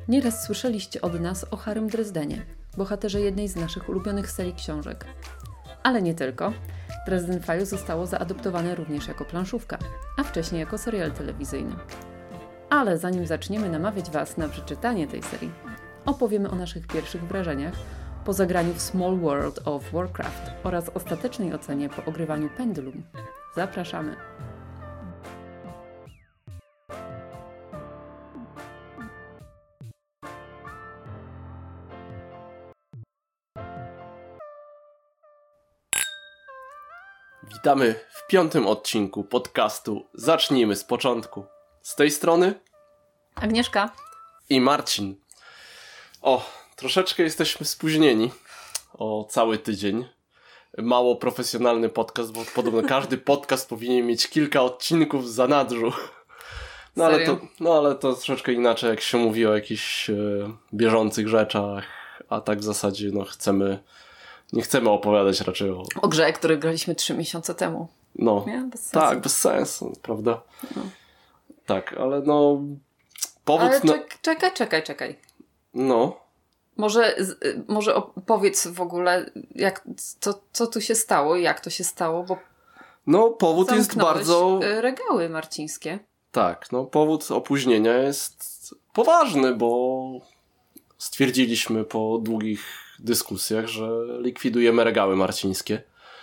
Nieraz słyszeliście od nas o Harrym Dresdenie, bohaterze jednej z naszych ulubionych serii książek. Ale nie tylko. Dresden Files zostało zaadoptowane również jako planszówka, a wcześniej jako serial telewizyjny. Ale zanim zaczniemy namawiać Was na przeczytanie tej serii, opowiemy o naszych pierwszych wrażeniach po zagraniu w Small World of Warcraft oraz ostatecznej ocenie po ogrywaniu Pendulum. Zapraszamy! Witamy w 5. odcinku podcastu Zacznijmy z początku. Z tej strony Agnieszka i Marcin. Troszeczkę jesteśmy spóźnieni o cały tydzień. Mało profesjonalny podcast, bo podobno każdy podcast powinien mieć kilka odcinków w zanadrzu. Ale to troszeczkę inaczej, jak się mówi o jakichś bieżących rzeczach, a tak w zasadzie nie chcemy opowiadać raczej o grze, której graliśmy 3 miesiące temu. No, nie? Bez sensu. Tak, bez sensu, prawda? No. Tak, ale powód... Ale czekaj. No. Może opowiedz w ogóle, co tu się stało i jak to się stało, bo... No, powód jest bardzo... regały marcińskie. Tak, powód opóźnienia jest poważny, bo stwierdziliśmy po długich dyskusjach, że likwidujemy regały marcińskie.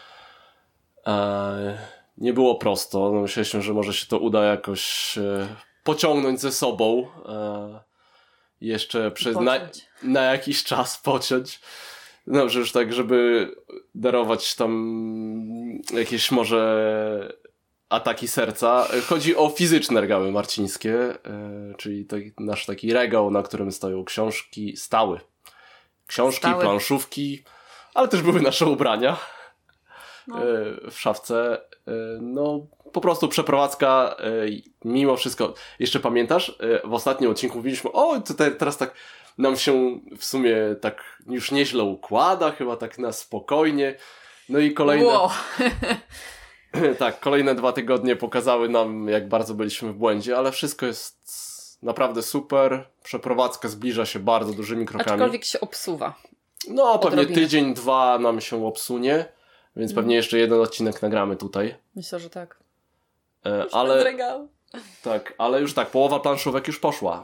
Nie było prosto. Myśleliśmy, że może się to uda jakoś pociągnąć ze sobą. Jeszcze na jakiś czas pociąć. Że już tak, żeby darować tam jakieś może ataki serca. Chodzi o fizyczne regały marcińskie, czyli nasz taki regał, na którym stoją książki, książki, planszówki, ale też były nasze ubrania w szafce. Po prostu przeprowadzka, mimo wszystko. Jeszcze pamiętasz, w ostatnim odcinku mówiliśmy, teraz tak nam się w sumie tak już nieźle układa, chyba tak na spokojnie. No i kolejne... Wow. Tak, kolejne 2 tygodnie pokazały nam, jak bardzo byliśmy w błędzie, ale wszystko jest naprawdę super. Przeprowadzka zbliża się bardzo dużymi krokami. Aczkolwiek się obsuwa. Pewnie tydzień, 2 nam się obsunie, więc pewnie jeszcze jeden odcinek nagramy tutaj. Myślę, że tak. Ale tak, ale już tak, połowa planszówek już poszła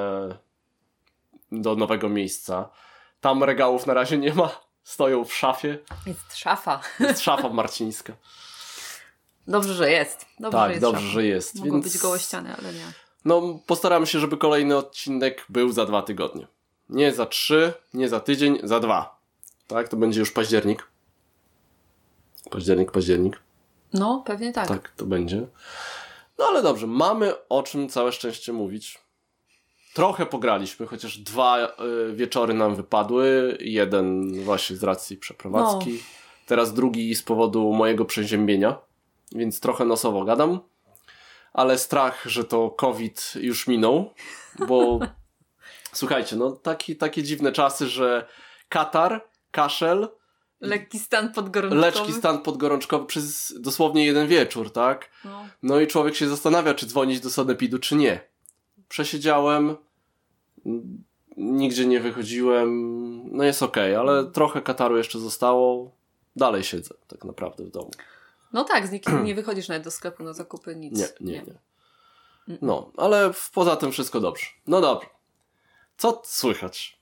do nowego miejsca. Tam regałów na razie nie ma, stoją w szafie. Jest szafa. Jest szafa marcińska. Dobrze, że jest. Dobrze, że jest. Mogą być gołe ściany, ale nie. Postaramy się, żeby kolejny odcinek był za 2 tygodnie. Nie za 3, nie za tydzień, za 2. Tak, to będzie już październik. Październik. No, pewnie tak. Tak, to będzie. Ale dobrze, mamy o czym całe szczęście mówić. Trochę pograliśmy, chociaż 2 wieczory nam wypadły. Jeden właśnie z racji przeprowadzki. Teraz drugi z powodu mojego przeziębienia. Więc trochę nosowo gadam. Ale strach, że to COVID już minął. Bo słuchajcie, takie dziwne czasy, że katar, kaszel, lekki stan podgorączkowy przez dosłownie 1 wieczór, tak? No i człowiek się zastanawia, czy dzwonić do sanepidu, czy nie. Przesiedziałem, nigdzie nie wychodziłem, jest okej, ale trochę kataru jeszcze zostało. Dalej siedzę tak naprawdę w domu. No tak, z nikim nie wychodzisz nawet do sklepu na zakupy, nic. Nie. Ale poza tym wszystko dobrze. No dobrze. Co słychać?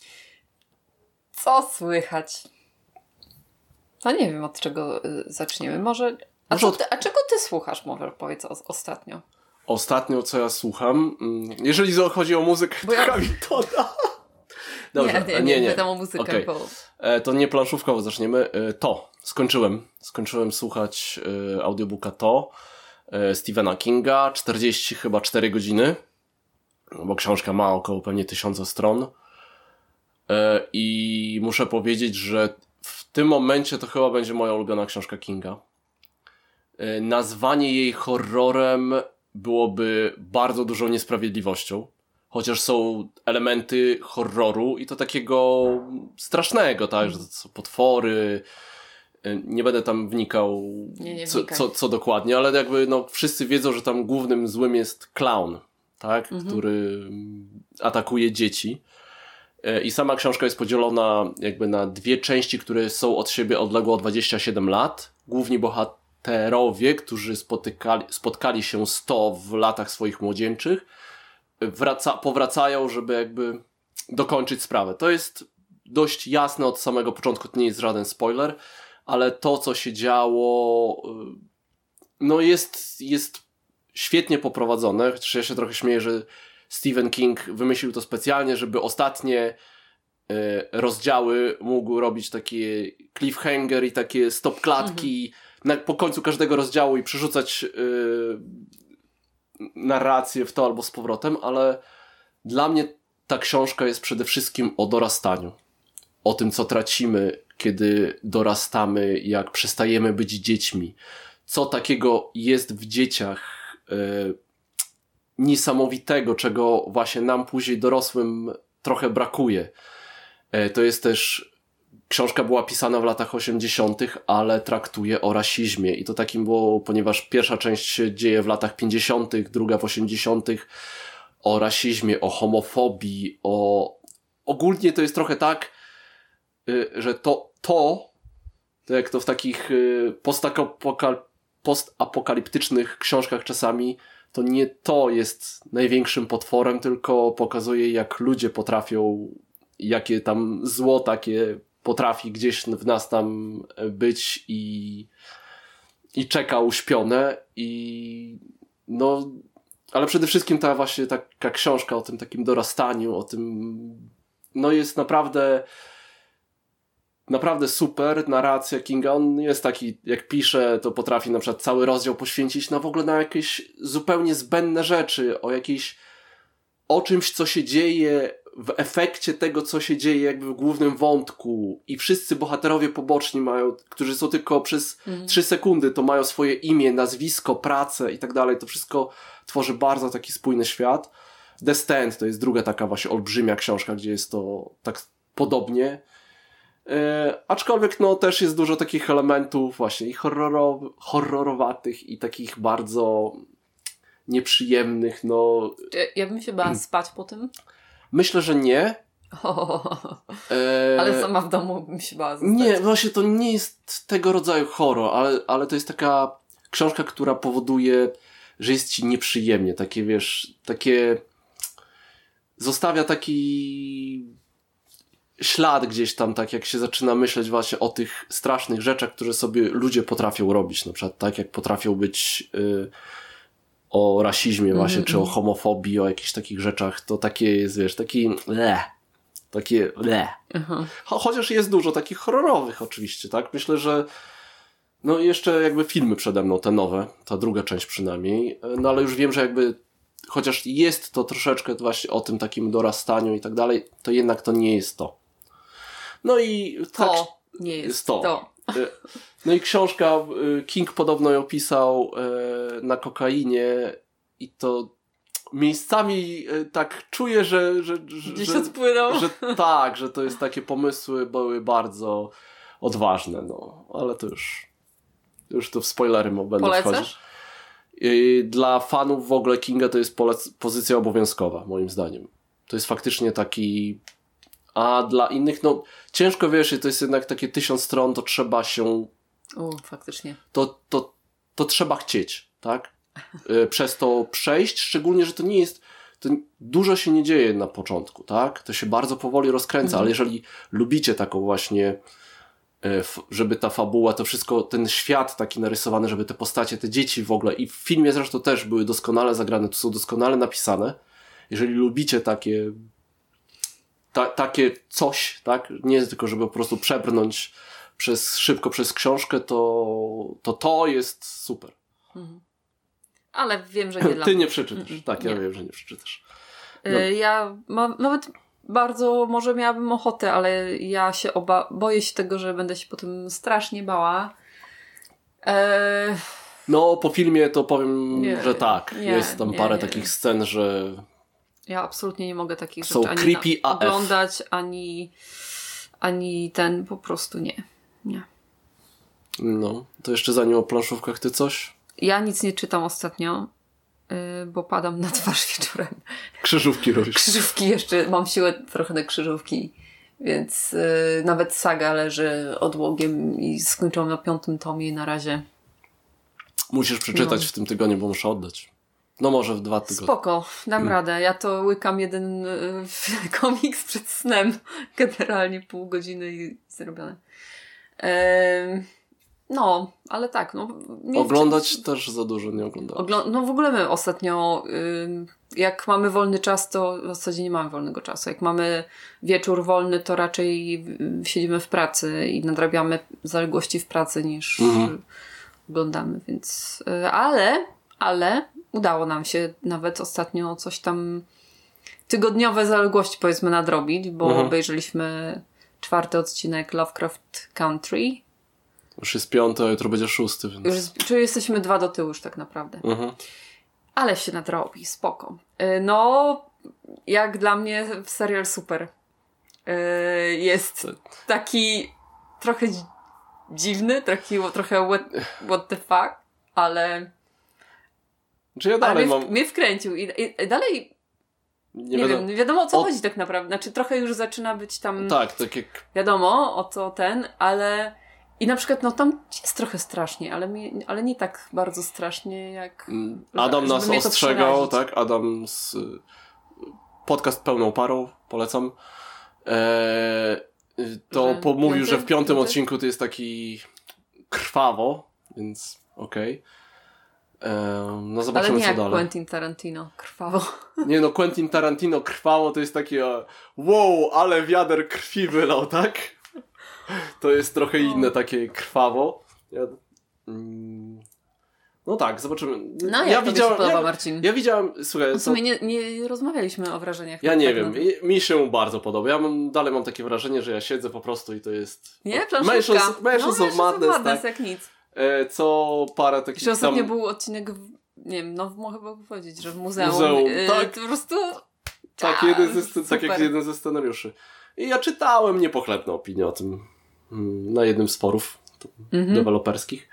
No nie wiem, od czego zaczniemy. Może... A czego ty słuchasz, może powiedz ostatnio? Ostatnio, co ja słucham? Jeżeli chodzi o muzykę, to Hamiltona. Dobrze, nie wiadomo muzykę. Okay. To nie planszówkowo zaczniemy. Skończyłem słuchać audiobooka Stephena Kinga, 44 godziny, bo książka ma około pewnie 1000 stron. I muszę powiedzieć, że w tym momencie to chyba będzie moja ulubiona książka Kinga. Nazwanie jej horrorem byłoby bardzo dużą niesprawiedliwością. Chociaż są elementy horroru i to takiego strasznego, tak, że to są potwory. Nie będę tam wnikał co dokładnie, ale jakby wszyscy wiedzą, że tam głównym złym jest clown, tak, który atakuje dzieci. I sama książka jest podzielona jakby na dwie części, które są od siebie odległe o 27 lat. Główni bohaterowie, którzy spotkali się 100 w latach swoich młodzieńczych, powracają, żeby jakby dokończyć sprawę. To jest dość jasne od samego początku, to nie jest żaden spoiler, ale to, co się działo, no jest świetnie poprowadzone, chociaż ja się trochę śmieję, że Stephen King wymyślił to specjalnie, żeby ostatnie rozdziały mógł robić takie cliffhanger i takie stopklatki po końcu każdego rozdziału i przerzucać narrację w to albo z powrotem, ale dla mnie ta książka jest przede wszystkim o dorastaniu. O tym, co tracimy, kiedy dorastamy, jak przestajemy być dziećmi. Co takiego jest w dzieciach niesamowitego, czego właśnie nam później dorosłym trochę brakuje. To jest też, książka była pisana w latach 80., ale traktuje o rasizmie i to takim było, ponieważ pierwsza część się dzieje w latach 50., druga w 80., o rasizmie, o homofobii, ogólnie to jest trochę tak, że to jak to w takich postapokaliptycznych książkach czasami, to nie to jest największym potworem, tylko pokazuje, jak ludzie potrafią, jakie tam zło takie potrafi gdzieś w nas tam być i czeka uśpione ale przede wszystkim ta właśnie taka książka o tym takim dorastaniu, o tym, jest naprawdę super narracja Kinga. On jest taki, jak pisze, to potrafi na przykład cały rozdział poświęcić w ogóle na jakieś zupełnie zbędne rzeczy, o czymś, co się dzieje w efekcie tego, co się dzieje jakby w głównym wątku i wszyscy bohaterowie poboczni którzy są tylko przez 3 sekundy, to mają swoje imię, nazwisko, pracę i tak dalej. To wszystko tworzy bardzo taki spójny świat. The Stand to jest druga taka właśnie olbrzymia książka, gdzie jest to tak podobnie. Aczkolwiek też jest dużo takich elementów właśnie i horrorowatych i takich bardzo nieprzyjemnych. Ja bym się bała spać po tym. Myślę, że nie. Ale sama w domu bym się bała zostać. Nie, właśnie to nie jest tego rodzaju horror, ale to jest taka książka, która powoduje, że jest ci nieprzyjemnie. Takie, zostawia taki ślad gdzieś tam, tak jak się zaczyna myśleć właśnie o tych strasznych rzeczach, które sobie ludzie potrafią robić. Na przykład tak jak potrafią być o rasizmie właśnie, czy o homofobii, o jakichś takich rzeczach, to takie jest, takie Chociaż jest dużo takich horrorowych oczywiście, tak? Myślę, że jeszcze jakby filmy przede mną, te nowe, ta druga część przynajmniej, ale już wiem, że jakby chociaż jest to troszeczkę właśnie o tym takim dorastaniu i tak dalej, to jednak to nie jest to. Nie jest to. No i książka, King podobno ją pisał na kokainie i to miejscami tak czuję, że gdzieś odpłynął. że to jest takie pomysły były bardzo odważne, ale to już to w spoilery będę wchodził. Dla fanów w ogóle Kinga to jest pozycja obowiązkowa, moim zdaniem. To jest faktycznie taki... A dla innych, ciężko wiesz, to jest jednak takie 1000 stron, to trzeba się... faktycznie. To trzeba chcieć, tak? Przez to przejść, szczególnie, że to nie jest... To dużo się nie dzieje na początku, tak? To się bardzo powoli rozkręca, ale jeżeli lubicie taką właśnie, żeby ta fabuła, to wszystko, ten świat taki narysowany, żeby te postacie, te dzieci w ogóle i w filmie zresztą też były doskonale zagrane, tu są doskonale napisane. Jeżeli lubicie takie coś, tak? Nie jest tylko, żeby po prostu przebrnąć szybko przez książkę, to jest super. Ale wiem, że nie dla Ty mnie. nie przeczytasz. Tak, ja wiem, że nie przeczytasz. Ja nawet bardzo może miałabym ochotę, ale ja się boję się tego, że będę się potem strasznie bała. Po filmie to powiem, że tak. Jest tam parę takich scen, że ja absolutnie nie mogę takich są rzeczy creepy ani oglądać, ani po prostu nie. To jeszcze zanim o planszówkach, ty coś? Ja nic nie czytam ostatnio. bo padam na twarz wieczorem. Krzyżówki robisz. Krzyżówki jeszcze, mam siłę trochę na krzyżówki, więc nawet saga leży odłogiem i skończyłam na 5. tomie na razie. Musisz przeczytać w tym tygodniu, bo muszę oddać. No może w 2 tygodnie. Spoko, dam radę. Ja to łykam jeden komiks przed snem. Generalnie pół godziny i zrobione. No, ale tak. No, oglądać też za dużo nie oglądam. No w ogóle my ostatnio, jak mamy wolny czas, to w zasadzie nie mamy wolnego czasu. Jak mamy wieczór wolny, to raczej siedzimy w pracy i nadrabiamy zaległości w pracy niż oglądamy, więc... Ale udało nam się nawet ostatnio coś tam tygodniowe zaległości powiedzmy nadrobić, bo obejrzeliśmy 4. odcinek Lovecraft Country. Już jest 5, a jutro będzie 6, więc... Czyli jesteśmy 2 do tyłu już tak naprawdę. Ale się nadrobi, spoko. No, jak dla mnie serial super. Jest taki trochę dziwny, trochę what the fuck, ale... Czy ja dalej mnie wkręcił i dalej nie wiadomo o co chodzi tak naprawdę. Znaczy trochę już zaczyna być tam... Tak jak... Wiadomo o co ale... I na przykład no tam jest trochę strasznie, ale nie tak bardzo strasznie jak... Adam nas ostrzegał, tak? Adam z... Podcast Pełną Parą, polecam. Mówił, że w 5. odcinku to jest taki krwawo, więc okej. No zobaczymy, ale nie co dalej. Quentin Tarantino, krwawo. Nie no, Quentin Tarantino krwawo to jest takie wow, ale wiader krwi wylał, tak? To jest trochę inne takie krwawo. No tak, zobaczymy. No jak tobie się podoba, Marcin? Ja widziałem, słuchaj... W sumie nie rozmawialiśmy o wrażeniach. Ja nie wiem, mi się bardzo podoba. Ja dalej mam takie wrażenie, że ja siedzę po prostu i to jest... Nie, planszówka. Mansions of Madness, tak? Jak nic. Co parę takich tam... ostatnio był odcinek, nie wiem, chyba powiedzieć, że w muzeum. Tak. Po prostu... Tak, jak jeden ze scenariuszy. I ja czytałem niepochlebne opinie o tym na jednym z forów deweloperskich.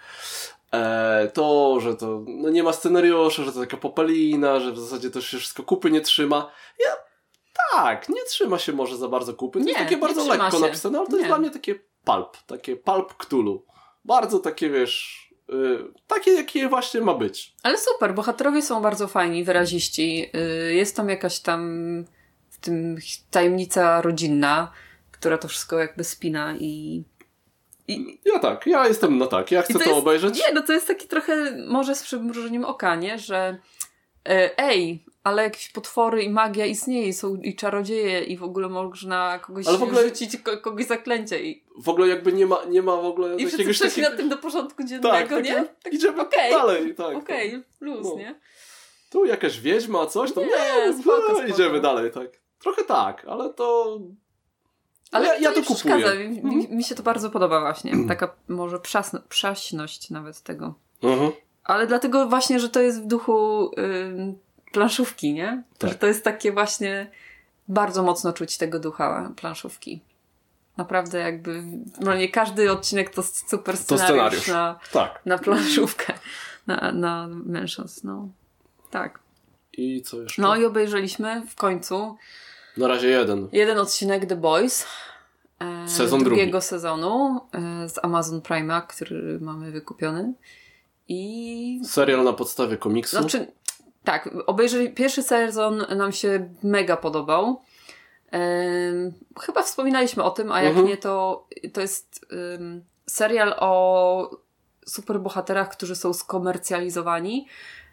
Że to nie ma scenariusza, że to taka popelina, że w zasadzie to się wszystko kupy nie trzyma. Nie trzyma się może za bardzo kupy. To jest takie bardzo lekko napisane, ale to jest dla mnie takie pulp Cthulhu. Bardzo takie, wiesz, takie jakie właśnie ma być. Ale super, bohaterowie są bardzo fajni, wyraziści. Jest tam jakaś w tym tajemnica rodzinna, która to wszystko jakby spina i... Ja jestem ja chcę to obejrzeć. Nie, to jest taki trochę, może z przymrużeniem oka, nie? Że ale jakieś potwory i magia istnieje, są i czarodzieje i w ogóle można kogoś rzucić kogoś zaklęcie. W ogóle jakby nie ma w ogóle... I wszyscy przeszli nad tym do porządku dziennego, nie? Tak, idziemy dalej. Tak, luz, nie? Tu jakaś wiedźma, coś tam. Spoko. Idziemy dalej, tak. Trochę tak, ale to... Ale ja to kupuję. Mi się to bardzo podoba właśnie. Taka może przaśność nawet tego. Ale dlatego właśnie, że to jest w duchu planszówki, nie? Tak. Że to jest takie właśnie bardzo mocno czuć tego ducha planszówki. Naprawdę jakby nie każdy odcinek to super scenariusz na planszówkę. Na Mansions, no. Tak. I co jeszcze? No i obejrzeliśmy w końcu na razie jeden odcinek The Boys. Sezon drugiego sezonu z Amazon Prime'a, który mamy wykupiony. I... serial na podstawie komiksu. Znaczy, tak, pierwszy sezon nam się mega podobał. Chyba wspominaliśmy o tym, a jak nie, to jest serial o superbohaterach, którzy są skomercjalizowani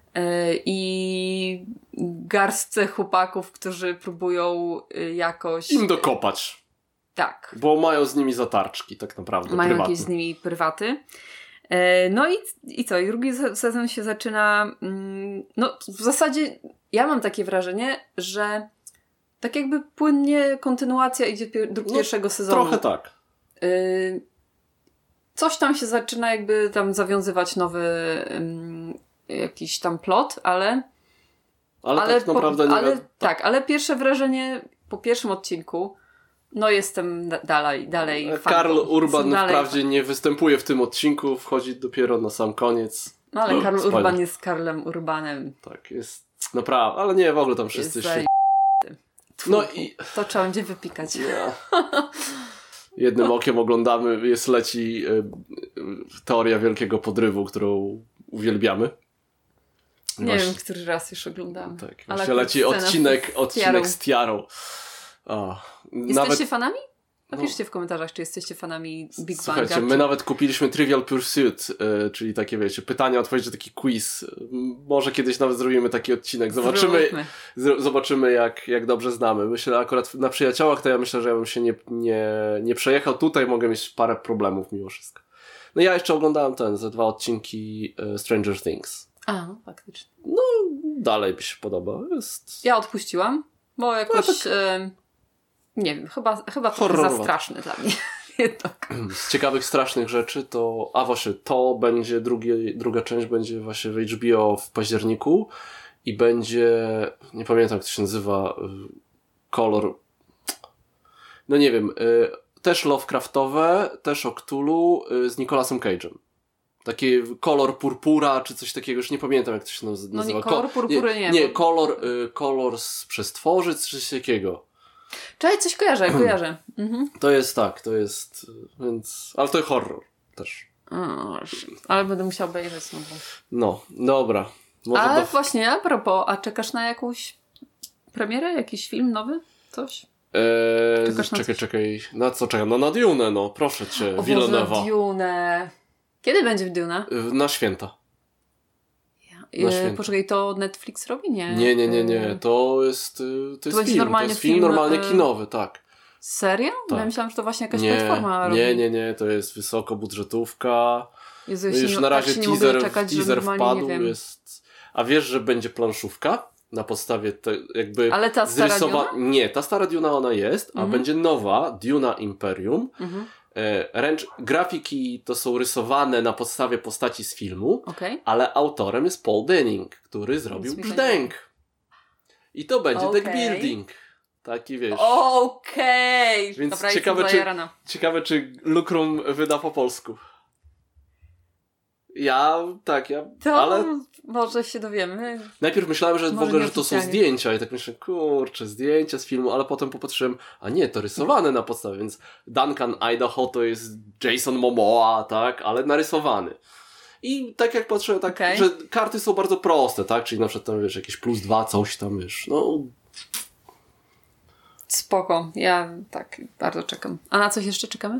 i garstce chłopaków, którzy próbują jakoś... im dokopać. Tak. Bo mają z nimi zatarczki tak naprawdę. Mają prywatne. jakieś z nimi prywaty. No i co? I drugi sezon się zaczyna... No w zasadzie ja mam takie wrażenie, że tak jakby płynnie kontynuacja idzie pierwszego sezonu. Trochę tak. Coś tam się zaczyna jakby tam zawiązywać nowy jakiś tam plot, ale tak naprawdę nie wiem. Tak, ale pierwsze wrażenie po pierwszym odcinku jestem dalej Karl Urban wprawdzie nie występuje w tym odcinku, wchodzi dopiero na sam koniec. No ale Karl Wspaniale. Urban jest Karlem Urbanem. Tak, jest naprawdę, ale nie, w ogóle tam wszyscy Jest No i... To trzeba będzie wypikać. Ja. Jednym okiem oglądamy, leci teoria wielkiego podrywu, którą uwielbiamy. Nie wiem, który raz już oglądamy. Tak, ale właśnie leci odcinek z Tiarą. Jesteście fanami? Napiszcie w komentarzach, czy jesteście fanami Big Banga. Słuchajcie, my nawet kupiliśmy Trivial Pursuit, czyli takie, wiecie, pytania, odpowiedzi, taki quiz. Może kiedyś nawet zrobimy taki odcinek. Zobaczymy jak dobrze znamy. Myślę, akurat na Przyjaciołach to ja myślę, że ja bym się nie przejechał. Tutaj mogę mieć parę problemów mimo wszystko. No ja jeszcze oglądałem ze 2 odcinki Stranger Things. A, no, faktycznie. No, dalej mi się podoba. Ja odpuściłam, bo jakoś... nie wiem, chyba trochę za straszny dla mnie. Z ciekawych, strasznych rzeczy to... właśnie, to będzie druga część będzie właśnie w HBO w październiku i będzie... Nie pamiętam, jak to się nazywa. Kolor... No nie wiem. Też Lovecraftowe, też o Cthulhu z Nicolasem Cage'em. Taki kolor purpura, czy coś takiego, już nie pamiętam, jak to się nazywa. No nie, kolor purpury nie. Nie, kolor z przestworzyc, czy coś takiego. Czekaj, coś kojarzę. Mhm. To jest tak, więc... Ale to jest horror też. Ale będę musiała obejrzeć znowu. No, dobra. Ale właśnie, a propos, a czekasz na jakąś premierę? Jakiś film nowy? Coś? Czekaj. Na co czekam? No na Dune, no. Proszę cię, Villeneuva. Dune. Kiedy będzie w Dune? Na święta. Poczekaj, to Netflix robi? Nie. Nie. To jest film. Normalnie to jest film normalnie kinowy, tak. Serio? Tak. Ja myślałam, że to właśnie jakaś platforma robi. Nie. To jest wysokobudżetówka. Jezu, już na razie teaser wpadł. A wiesz, że będzie planszówka? Na podstawie jakby... Ale ta stara Duna? Nie, ta stara Duna ona jest, a będzie nowa Duna Imperium. Grafiki to są rysowane na podstawie postaci z filmu, ale autorem jest Paul Denning, który zrobił Brzdęk. I to będzie deck building. Taki wiesz. Więc dobra, ciekawe, czy Lucrum wyda po polsku. ale... Może się dowiemy. Najpierw myślałem, że w ogóle, że to są zdjęcia i tak myślę, kurczę, zdjęcia z filmu, ale potem popatrzyłem, a nie, to rysowane na podstawie, więc Duncan Idaho to jest Jason Momoa, tak, ale narysowany. I tak jak patrzyłem, że karty są bardzo proste, tak, czyli na przykład tam, wiesz, jakieś +2, coś tam, wiesz, no... Spoko, ja tak bardzo czekam. A na coś jeszcze czekamy?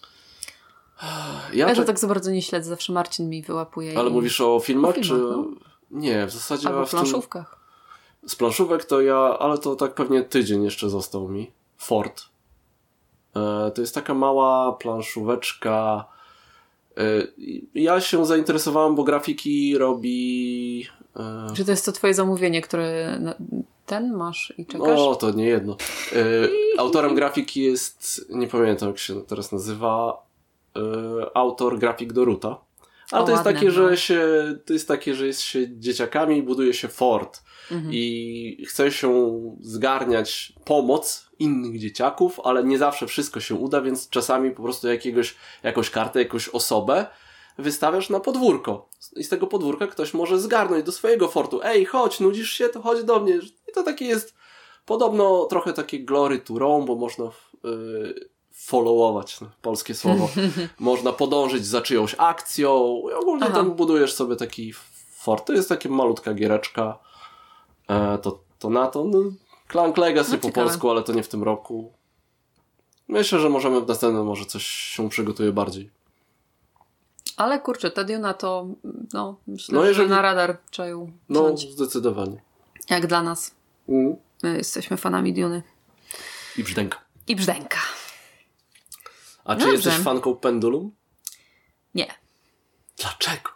Ja to tak za bardzo nie śledzę, zawsze Marcin mi wyłapuje. Ale mówisz o filmach, czy... No. Nie, w zasadzie... Albo w planszówkach. Z planszówek to ale to tak pewnie tydzień jeszcze został mi. Fort. To jest taka mała planszóweczka. Ja się zainteresowałem, bo grafiki robi... Czy to jest to twoje zamówienie, które ten masz i czekasz? To nie jedno. Autorem grafiki jest... Nie pamiętam, jak się teraz nazywa... autor grafik Doruta. Ale to jest takie, że jest się dzieciakami i buduje się fort. I chce się zgarniać pomoc innych dzieciaków, ale nie zawsze wszystko się uda, więc czasami po prostu jakąś kartę, jakąś osobę wystawiasz na podwórko. I z tego podwórka ktoś może zgarnąć do swojego fortu. Ej, chodź, nudzisz się, to chodź do mnie. I to takie jest podobno trochę takie glory to roam, bo można followować, polskie słowo. Można podążyć za czyjąś akcją i ogólnie tam budujesz sobie taki fort. To jest taka malutka giereczka. To na to. Clank Legacy po polsku, ale to nie w tym roku. Myślę, że możemy w następnym może coś się przygotuje bardziej. Ale kurczę, ta Duna to myślę, że na radar trzeba ją wziąć. No, zdecydowanie. Jak dla nas. My jesteśmy fanami Duny. I Brzdęka. A czy jesteś fanką Pendulum? Nie. Dlaczego?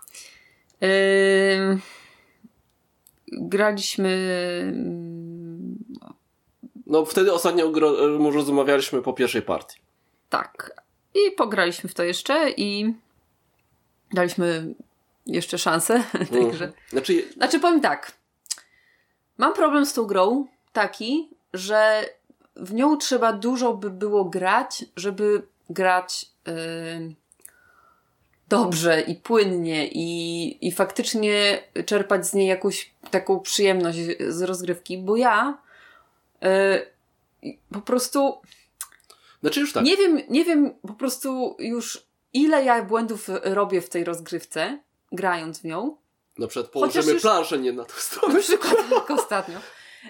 Graliśmy... No wtedy ostatnio rozmawialiśmy po pierwszej partii. Tak. I pograliśmy w to jeszcze i daliśmy jeszcze szansę. Także... Znaczy powiem tak. Mam problem z tą grą taki, że w nią trzeba dużo by było grać, żeby grać dobrze i płynnie i faktycznie czerpać z niej jakąś taką przyjemność z rozgrywki, bo ja po prostu Znaczy już tak. nie wiem po prostu już ile ja błędów robię w tej rozgrywce, grając w nią. Na przykład położymy planszę nie na tą stronę. Na przykład jak ostatnio.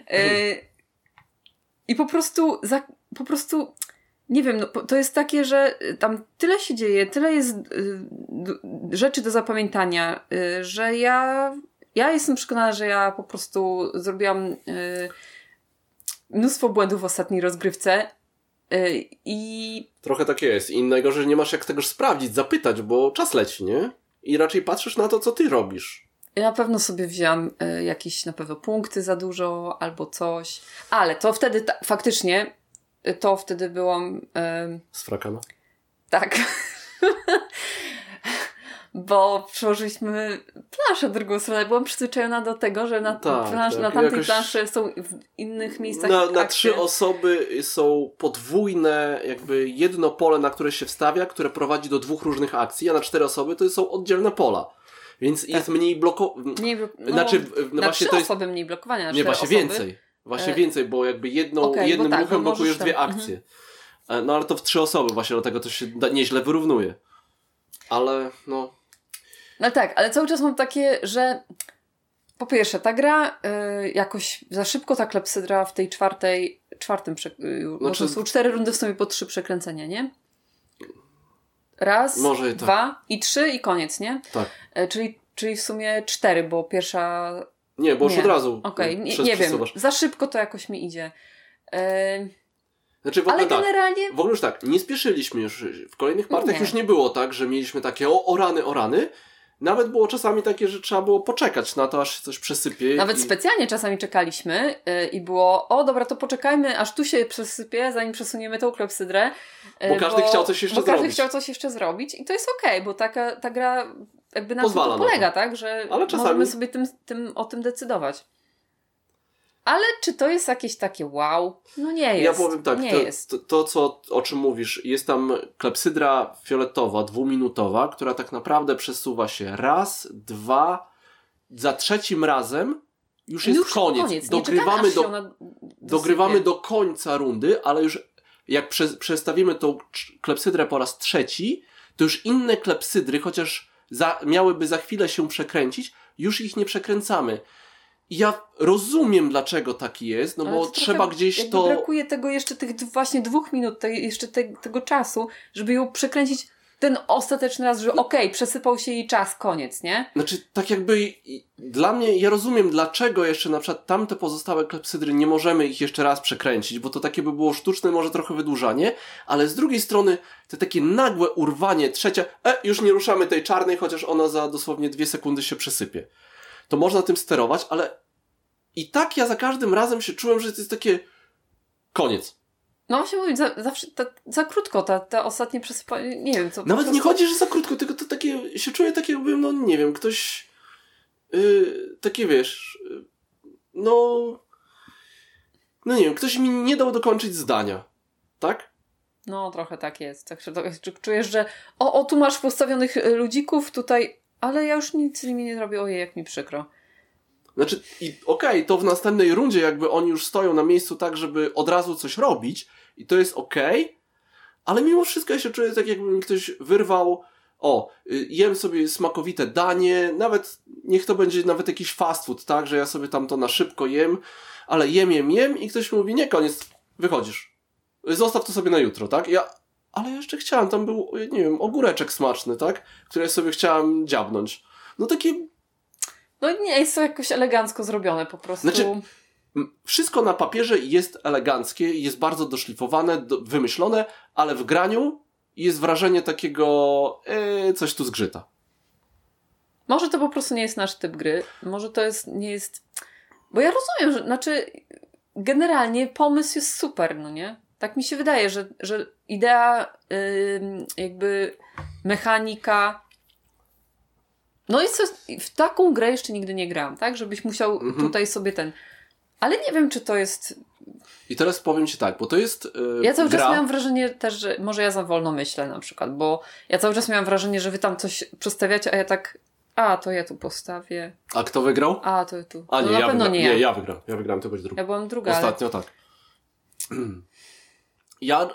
I po prostu nie wiem, no, to jest takie, że tam tyle się dzieje, tyle jest rzeczy do zapamiętania, że ja jestem przekonana, że ja po prostu zrobiłam mnóstwo błędów w ostatniej rozgrywce i... Trochę tak jest. Innego, że nie masz jak tegoż sprawdzić, zapytać, bo czas leci, nie? I raczej patrzysz na to, co ty robisz. Ja na pewno sobie wzięłam jakieś na pewno punkty za dużo albo coś, ale to wtedy faktycznie to wtedy byłam... Sfrakana? Tak. Bo przełożyliśmy planszę w drugą stronę. Byłam przyzwyczajona do tego, że na tamtej planszy są w innych miejscach na 3 osoby są podwójne, jakby jedno pole, na które się wstawia, które prowadzi do 2 różnych akcji, a na 4 osoby to są oddzielne pola. Więc tak. Jest mniej właśnie 3 osoby mniej blokowania. Nie, właśnie osoby. Więcej. Właśnie więcej, bo jakby jednym ruchem blokujesz 2 akcje. No ale to w 3 osoby właśnie, dlatego to się nieźle wyrównuje. Ale no... No tak, ale cały czas mam takie, że po pierwsze, ta gra jakoś za szybko ta klepsydra w tej czwartym bo to są 4 rundy w sumie po 3 przekręcenia, nie? Raz, może 2 i 3 i koniec, nie? Tak. Czyli w sumie 4, bo pierwsza... Nie, bo już od razu. Okej, nie wiem. Za szybko to jakoś mi idzie. Znaczy w ogóle ale generalnie... W ogóle już tak, nie spieszyliśmy już. W kolejnych partiach już nie było tak, że mieliśmy takie o rany. Nawet było czasami takie, że trzeba było poczekać na to, aż się coś przesypie. Nawet specjalnie czasami czekaliśmy i było, dobra, to poczekajmy, aż tu się przesypie, zanim przesuniemy tą klepsydrę. Bo każdy chciał coś jeszcze zrobić. Każdy chciał coś jeszcze zrobić i to jest okej, bo ta gra jakby na tym to polega, tak? Że możemy sobie o tym decydować. Ale czy to jest jakieś takie wow? No nie jest. Ja powiem tak, jest. O czym mówisz, jest tam klepsydra fioletowa, 2-minutowa, która tak naprawdę przesuwa się raz, 2, za 3 razem już jest koniec. Dogrywamy do końca rundy, ale już jak przestawimy tą klepsydrę po raz 3, to już inne klepsydry, chociaż miałyby za chwilę się przekręcić, już ich nie przekręcamy. Ja rozumiem, dlaczego taki jest, no bo trzeba gdzieś to... Brakuje tego jeszcze tych właśnie 2 minut, tego czasu, żeby ją przekręcić ten ostateczny raz, że przesypał się jej czas, koniec, nie? Znaczy, tak jakby dla mnie, ja rozumiem, dlaczego jeszcze na przykład tamte pozostałe klepsydry nie możemy ich jeszcze raz przekręcić, bo to takie by było sztuczne, może trochę wydłużanie, ale z drugiej strony te takie nagłe urwanie, trzecia, już nie ruszamy tej czarnej, chociaż ona za dosłownie 2 sekundy się przesypie. To można tym sterować, ale i tak ja za każdym razem się czułem, że to jest takie koniec. No właśnie mówię, zawsze za krótko, te ostatnie przesypanie, nie wiem co. Nawet nie chodzi, że za krótko, tylko to takie, się czuję tak jakbym, no nie wiem, ktoś takie wiesz, no nie wiem, ktoś mi nie dał dokończyć zdania, tak? No trochę tak jest. Tak, czujesz, że tu masz postawionych ludzików tutaj, ale ja już nic z nimi nie zrobię, ojej, jak mi przykro. Znaczy, to w następnej rundzie jakby oni już stoją na miejscu tak, żeby od razu coś robić i to jest ale mimo wszystko ja się czuję tak, jakby mi ktoś wyrwał, jem sobie smakowite danie, nawet, niech to będzie nawet jakiś fast food, tak, że ja sobie tam to na szybko jem, ale jem i ktoś mi mówi, nie, koniec, wychodzisz. Zostaw to sobie na jutro, tak? Ale jeszcze chciałem, tam był, nie wiem, ogóreczek smaczny, tak? Który ja sobie chciałem dziabnąć. No takie... No nie, jest to jakoś elegancko zrobione po prostu. Znaczy, wszystko na papierze jest eleganckie, jest bardzo doszlifowane, wymyślone, ale w graniu jest wrażenie takiego coś tu zgrzyta. Może to po prostu nie jest nasz typ gry. Może to nie jest... Bo ja rozumiem, że generalnie pomysł jest super, no nie? Tak mi się wydaje, że idea jakby mechanika... No i w taką grę jeszcze nigdy nie grałam, tak? Żebyś musiał tutaj sobie ale nie wiem, czy to jest... I teraz powiem ci tak, bo to jest ja cały gra... czas miałam wrażenie też, że może ja za wolno myślę na przykład, bo ja cały czas miałam wrażenie, że wy tam coś przestawiacie, a ja tak, to ja tu postawię. A kto wygrał? To ja tu. A nie, na pewno nie ja. Nie, ja wygrałem. Ja wygrałem, ty byłeś drugi. Ja byłam druga, Ostatnio tak. Ja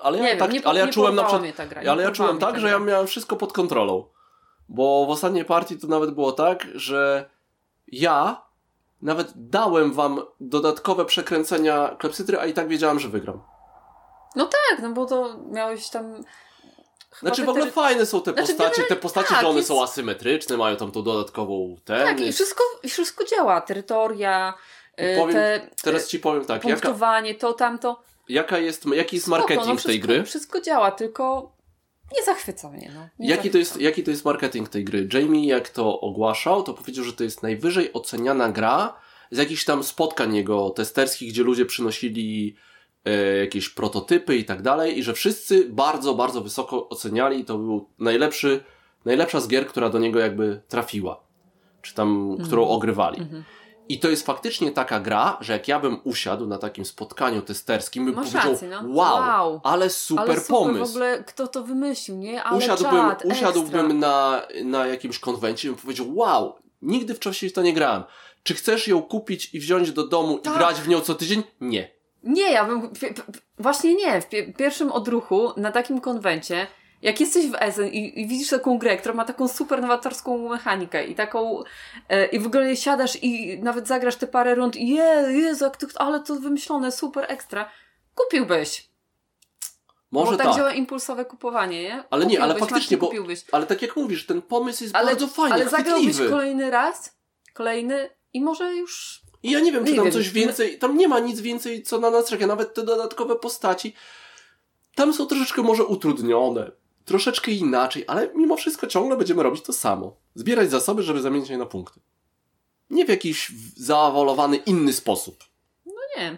czułem tak, że ja miałem wszystko pod kontrolą. Bo w ostatniej partii to nawet było tak, że ja nawet dałem wam dodatkowe przekręcenia klepsydry, a i tak wiedziałem, że wygram. No tak, no bo to miałeś tam... Znaczy w ogóle fajne są te postacie, tak, że one są asymetryczne, mają tam tą dodatkową Tak, i wszystko działa. Terytoria, teraz ci powiem tak. Punktowanie, to, tamto. Jaki jest marketing tej gry? Wszystko działa, tylko nie zachwyca mnie. No. Jaki to jest marketing tej gry? Jamie, jak to ogłaszał, to powiedział, że to jest najwyżej oceniana gra z jakichś tam spotkań jego testerskich, gdzie ludzie przynosili jakieś prototypy i tak dalej i że wszyscy bardzo, bardzo wysoko oceniali i to był najlepsza z gier, która do niego jakby trafiła. Czy tam, którą ogrywali. I to jest faktycznie taka gra, że jak ja bym usiadł na takim spotkaniu testerskim, bym powiedział, rację, no. wow, ale super pomysł. W ogóle kto to wymyślił, nie? Ale usiadłbym na jakimś konwencie i bym powiedział, wow, nigdy wcześniej w to nie grałem. Czy chcesz ją kupić i wziąć do domu i grać w nią co tydzień? Nie. Nie, ja bym... Właśnie nie. W pierwszym odruchu na takim konwencie, jak jesteś w Essen i widzisz taką grę, która ma taką super nowatorską mechanikę i taką... I w ogóle siadasz i nawet zagrasz te parę rund i Jezu, ale to wymyślone, super, ekstra. Kupiłbyś. Może bo tak działa impulsowe kupowanie, nie? Ale nie, ale faktycznie, ale tak jak mówisz, ten pomysł jest bardzo fajny, ale zagrałbyś kolejny raz, i może już... I ja nie wiem, czy tam coś więcej, tam nie ma nic więcej, co na nas czeka, nawet te dodatkowe postaci, tam są troszeczkę może utrudnione, troszeczkę inaczej, ale mimo wszystko ciągle będziemy robić to samo. Zbierać zasoby, żeby zamienić je na punkty. Nie w jakiś zaawolowany inny sposób. No nie.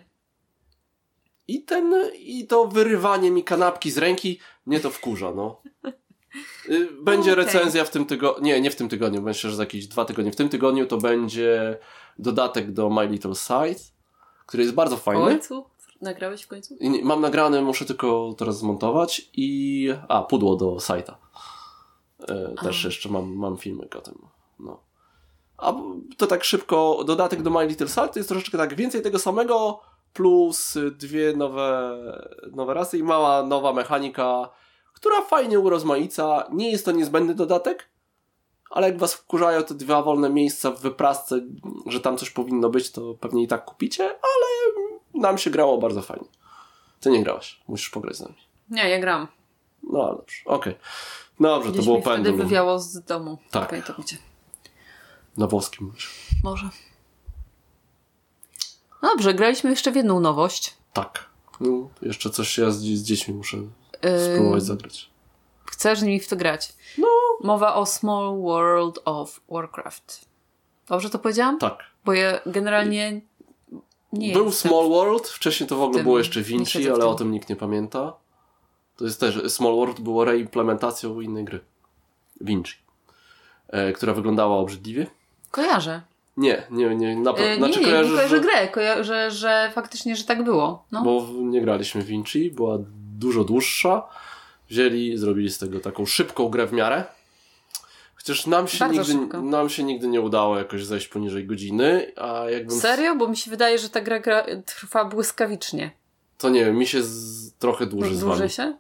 I to wyrywanie mi kanapki z ręki, mnie to wkurza, no. Będzie recenzja w tym tygodniu, nie w tym tygodniu, myślę, że za jakieś 2 tygodnie. W tym tygodniu to będzie dodatek do My Little Scythe, który jest bardzo fajny. W końcu? Nagrałeś w końcu? Mam nagrany, muszę tylko teraz zmontować i... pudło do Scythe'a. Też jeszcze mam filmik o tym. No. A to tak szybko, dodatek do My Little Scythe to jest troszeczkę tak więcej tego samego, plus 2 nowe rasy i mała nowa mechanika, która fajnie urozmaica. Nie jest to niezbędny dodatek, ale jak was wkurzają te 2 wolne miejsca w wyprasce, że tam coś powinno być, to pewnie i tak kupicie, ale nam się grało bardzo fajnie. Ty nie grałaś, musisz pograć z nami. Nie, ja gram. No ale dobrze, okej. Dobrze, gdzieś to było mi wtedy pendulum. wywiało z domu. Tak. Okay, to będzie. Na włoskim mówisz. Może. Dobrze, graliśmy jeszcze w jedną nowość. Tak. No, jeszcze coś ja z dziećmi muszę spróbować zagrać. Chcesz z nimi w to grać? No. Mowa o Small World of Warcraft. Dobrze to powiedziałam? Tak. Bo ja generalnie nie Był jestem Small World, wcześniej to w ogóle było jeszcze Vinci, ale o tym nikt nie pamięta. To jest też, Small World było reimplementacją innej gry. Vinci. Która wyglądała obrzydliwie. Kojarzę. Nie, znaczy kojarzę grę, kojarzę, że faktycznie, że tak było. No. Bo nie graliśmy w Vinci, była dużo dłuższa. Zrobili z tego taką szybką grę w miarę. Chociaż nam się nigdy nie udało jakoś zejść poniżej godziny. A jakbym... Serio? Bo mi się wydaje, że ta gra trwa błyskawicznie. To nie wiem, mi się trochę dłużej zwali. Dłużej się?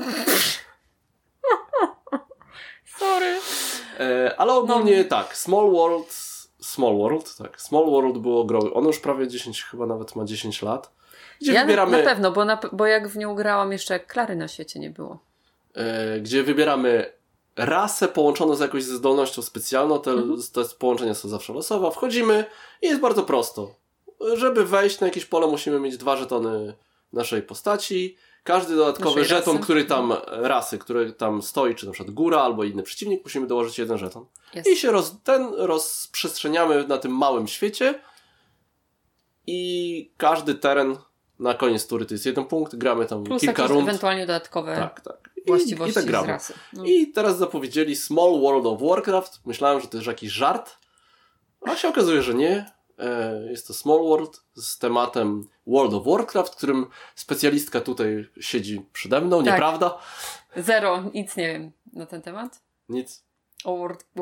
Sorry. Ale ogólnie tak, Small World było grą. Ono już prawie 10, chyba nawet ma 10 lat. Gdzie wybieramy... Na pewno, bo jak w nią grałam jeszcze jak Klary na świecie nie było. Gdzie wybieramy rasę połączoną z jakąś zdolnością specjalną. Te połączenia są zawsze losowe. Wchodzimy i jest bardzo prosto. Żeby wejść na jakieś pole musimy mieć 2 żetony naszej postaci. Każdy dodatkowy żeton, który tam stoi, czy na przykład góra albo inny przeciwnik, musimy dołożyć 1 żeton. Yes. I się rozprzestrzeniamy na tym małym świecie i każdy teren na koniec tury to jest 1 punkt, gramy tam plus kilka rund. Ewentualnie dodatkowe tak. właściwości i tak gramy. z rasy. No. I teraz zapowiedzieli Small World of Warcraft. Myślałem, że to jest jakiś żart, a się okazuje, że nie. Jest to Small World z tematem World of Warcraft, w którym specjalistka tutaj siedzi przede mną, Tak. nieprawda? Zero, nic nie wiem na ten temat. Nic. O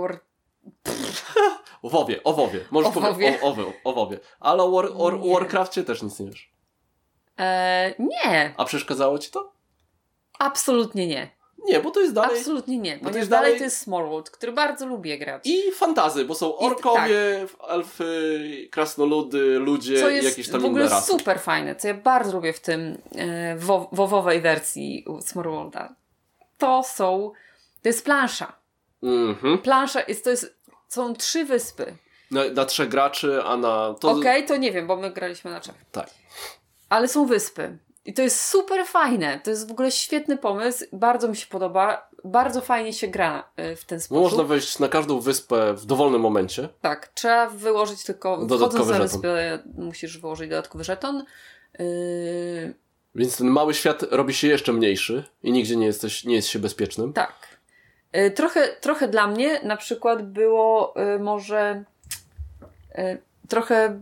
O WoWie. Możesz O powiedzieć o WoWie. Ale o Nie. Warcrafcie też nic nie wiesz. Nie, A przeszkadzało ci to? absolutnie nie. Nie, bo to jest dalej... Absolutnie nie, to ponieważ jest dalej dalej- to jest Smallwood, który bardzo lubię grać. I fantazy, bo są orkowie, elfy, krasnoludy, ludzie Co i jest jakieś tam w ogóle inne rasy. super fajne, co ja bardzo lubię w tym WoWowej wersji Smallwooda. To jest plansza. Mhm. Plansza są 3 wyspy. Na 3 graczy, a na... Okej, to nie wiem, bo my graliśmy na 3. Tak. Ale są wyspy. I to jest super fajne. To jest w ogóle świetny pomysł. Bardzo mi się podoba. Bardzo fajnie się gra w ten Bo sposób. można wejść na każdą wyspę w dowolnym momencie. Tak, trzeba wyłożyć tylko... Dodatkowy Wchodząc na żeton. wyspę musisz wyłożyć dodatkowy żeton. Więc ten mały świat robi się jeszcze mniejszy i nigdzie nie jest się bezpiecznym. Tak. Trochę dla mnie na przykład było może trochę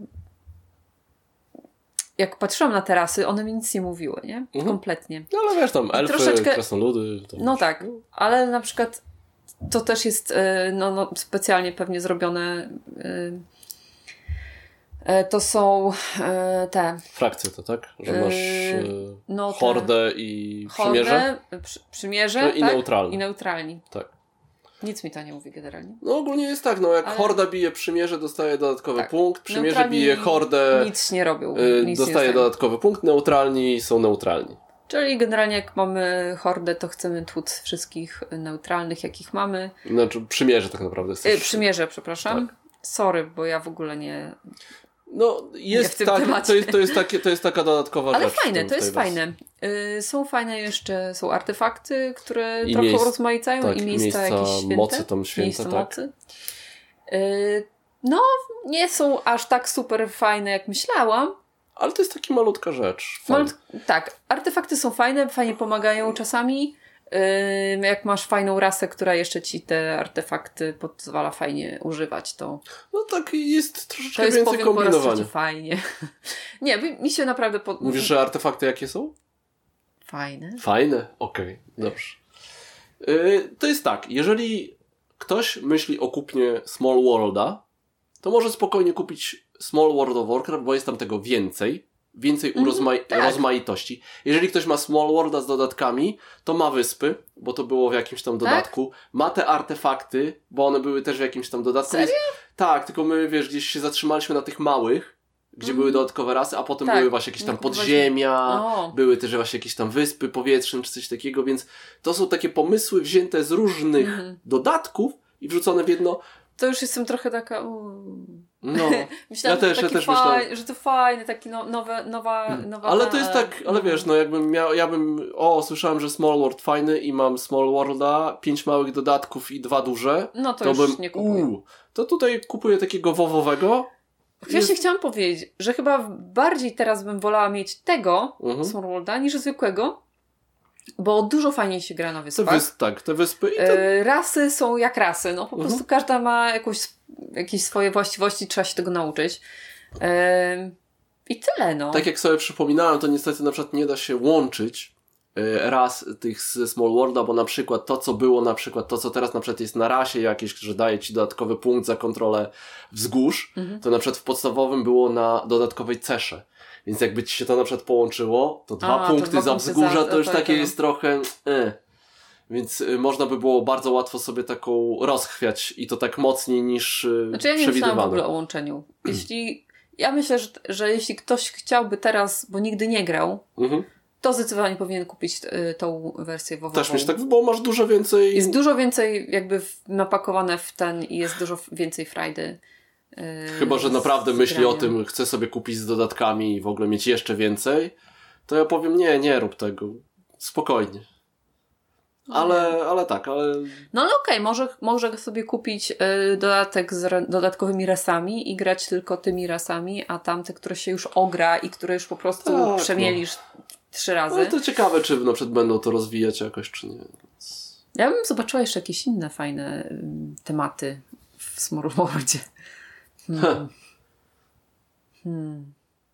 jak patrzyłam na terasy, one mi nic nie mówiły, nie? Kompletnie. No ale wiesz, tam elfy, troszeczkę- krasnoludy... Tam No tak, ale na przykład to też jest specjalnie pewnie zrobione. To są te Frakcje to, tak? Że masz no te- hordę i przymierze. przymierze No i tak? neutralni. I neutralni. Tak. Nic mi to nie mówi generalnie. No ogólnie jest tak, no jak Ale- horda bije przymierze, dostaje dodatkowy Tak. punkt, przymierze Neutralni bije hordę, Nic nie robią. Nic dostaje nie dodatkowy punkt, neutralni są neutralni. Czyli generalnie jak mamy hordę, to chcemy tłuc wszystkich neutralnych, jakich mamy. Znaczy przymierze tak naprawdę jest. Przymierze, przepraszam. Tak. Sorry, bo ja w ogóle nie... No w jest tym tak, temacie. to jest taka dodatkowa Ale rzecz. w fajne, tym- to w tej jest wersji. fajne. Są fajne jeszcze, są artefakty, które I trochę miejsc- rozmaicają tak, i miejsca jakieś święte. mocy tam święte, miejsca tak. mocy. No, nie są aż tak super fajne, jak myślałam. Ale to jest taka malutka rzecz. No, Fajna. tak, artefakty są fajne, fajnie pomagają czasami. Jak masz fajną rasę, która jeszcze ci te artefakty pozwala fajnie używać, to No tak, jest to troszeczkę jest więcej powiem po raz kombinowania. trzeci fajnie. Nie, mi się naprawdę Mówisz, że artefakty jakie są? fajne. Fajne? Okej, dobrze. To jest tak, jeżeli ktoś myśli o kupnie Small Worlda, to może spokojnie kupić Small World of Warcraft, bo jest tam tego więcej tak. rozmaitości. Jeżeli ktoś ma Small Worlda z dodatkami, to ma wyspy, bo to było w jakimś tam dodatku. Ma te artefakty, bo one były też w jakimś tam dodatku. Serio? Tak, tylko my, wiesz, gdzieś się zatrzymaliśmy na tych małych, gdzie były dodatkowe rasy, a potem Tak. były właśnie jakieś tam No, podziemia, O. były też właśnie jakieś tam wyspy powietrzne, czy coś takiego, więc to są takie pomysły wzięte z różnych dodatków i wrzucone w jedno. To już jestem trochę taka... No, Myślałam, Ja też myślałem. że to fajne, taki nowa ale to jest tak, ale wiesz, no jakbym słyszałem, że Small World fajny i mam Small Worlda, 5 małych dodatków i 2 duże, No to to już bym, nie kupuję. to tutaj kupuję takiego WoWowego. Właśnie chciałam powiedzieć, że chyba bardziej teraz bym wolała mieć tego Small Worlda niż zwykłego, bo dużo fajniej się gra na wyspach. Te wyspy i Rasy są jak rasy. No po prostu każda ma jakieś swoje właściwości, trzeba się tego nauczyć. I tyle, no. tak jak sobie przypominałem, to niestety na przykład nie da się łączyć ras tych z Small Worlda, bo na przykład to, co teraz na przykład jest na rasie jakieś, że daje ci dodatkowy punkt za kontrolę wzgórz, to na przykład w podstawowym było na dodatkowej cesze. Więc jakby ci się to na przykład połączyło, to 2 punkty za wzgórza to już takie jest trochę... Więc można by było bardzo łatwo sobie taką rozchwiać i to tak mocniej niż Znaczy ja nie myślałam w przewidywano. ogóle o łączeniu. Ja myślę, że jeśli ktoś chciałby teraz, bo nigdy nie grał, to zdecydowanie powinien kupić tą wersję WoWową. Też myślę tak, bo masz dużo więcej... Jest dużo więcej jakby napakowane w ten i jest dużo więcej frajdy. Chyba, że naprawdę z myśli o grania. tym, chce sobie kupić z dodatkami i w ogóle mieć jeszcze więcej, to ja powiem nie rób tego. Spokojnie. Ale tak, ale... No ale okej, może sobie kupić dodatek z dodatkowymi rasami i grać tylko tymi rasami, a tamte, które się już ogra i które już po prostu Tak, przemielisz 3 razy. Ale to ciekawe, czy na przykład będą to rozwijać jakoś, czy nie. Ja bym zobaczyła jeszcze jakieś inne fajne tematy w Smallworldzie.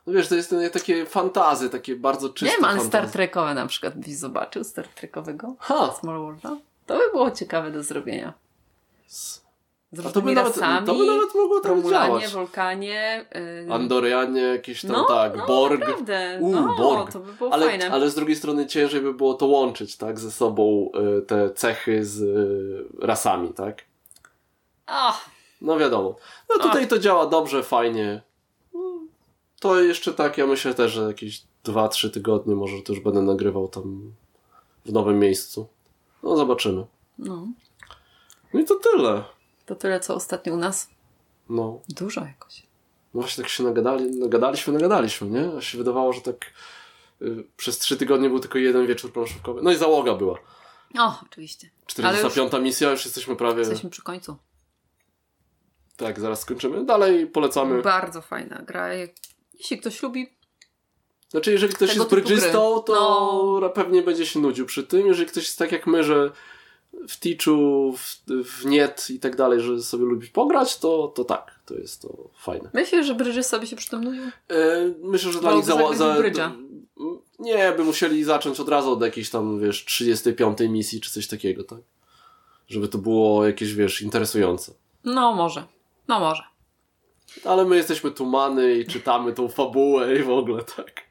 No wiesz, to jest takie fantazy, takie bardzo czyste Nie wiem, ale fantazy. Star Trekowe na przykład byś zobaczył, Star Trekowego Small Worlda. To by było ciekawe do zrobienia. A to by nawet mogło tak Romulanie, działać. Wolkanie, Andorianie, jakieś tam Borg. Naprawdę. Borg. To by było fajne. Ale z drugiej strony ciężej by było to łączyć, tak, ze sobą te cechy z rasami, tak? No wiadomo. No tutaj to działa dobrze, fajnie. To jeszcze tak, ja myślę też, że jakieś 2-3 tygodnie może to już będę nagrywał tam w nowym miejscu. No zobaczymy. No i to tyle. To tyle, co ostatnio u nas. No. Dużo jakoś. No właśnie tak się nagadaliśmy, nie? A się wydawało, że tak przez 3 tygodnie był tylko jeden wieczór planszówkowy. No i załoga była. Oczywiście. 45. misja, już jesteśmy prawie... Jesteśmy przy końcu. Tak, zaraz skończymy. Dalej polecamy. Bardzo fajna gra. Jeśli ktoś lubi... Znaczy, jeżeli ktoś jest brydżystą, to pewnie będzie się nudził przy tym. Jeżeli ktoś jest tak jak my, że w Teachu, w Niet i tak dalej, że sobie lubi pograć, to tak, to jest to fajne. Myślisz, że brydżysta by się przy tym nudził? Myślę, że dla nich nie, by musieli zacząć od razu od jakiejś tam, 35. misji czy coś takiego, tak? Żeby to było jakieś, interesujące. No może. Ale my jesteśmy tumany i czytamy tą fabułę i w ogóle, tak.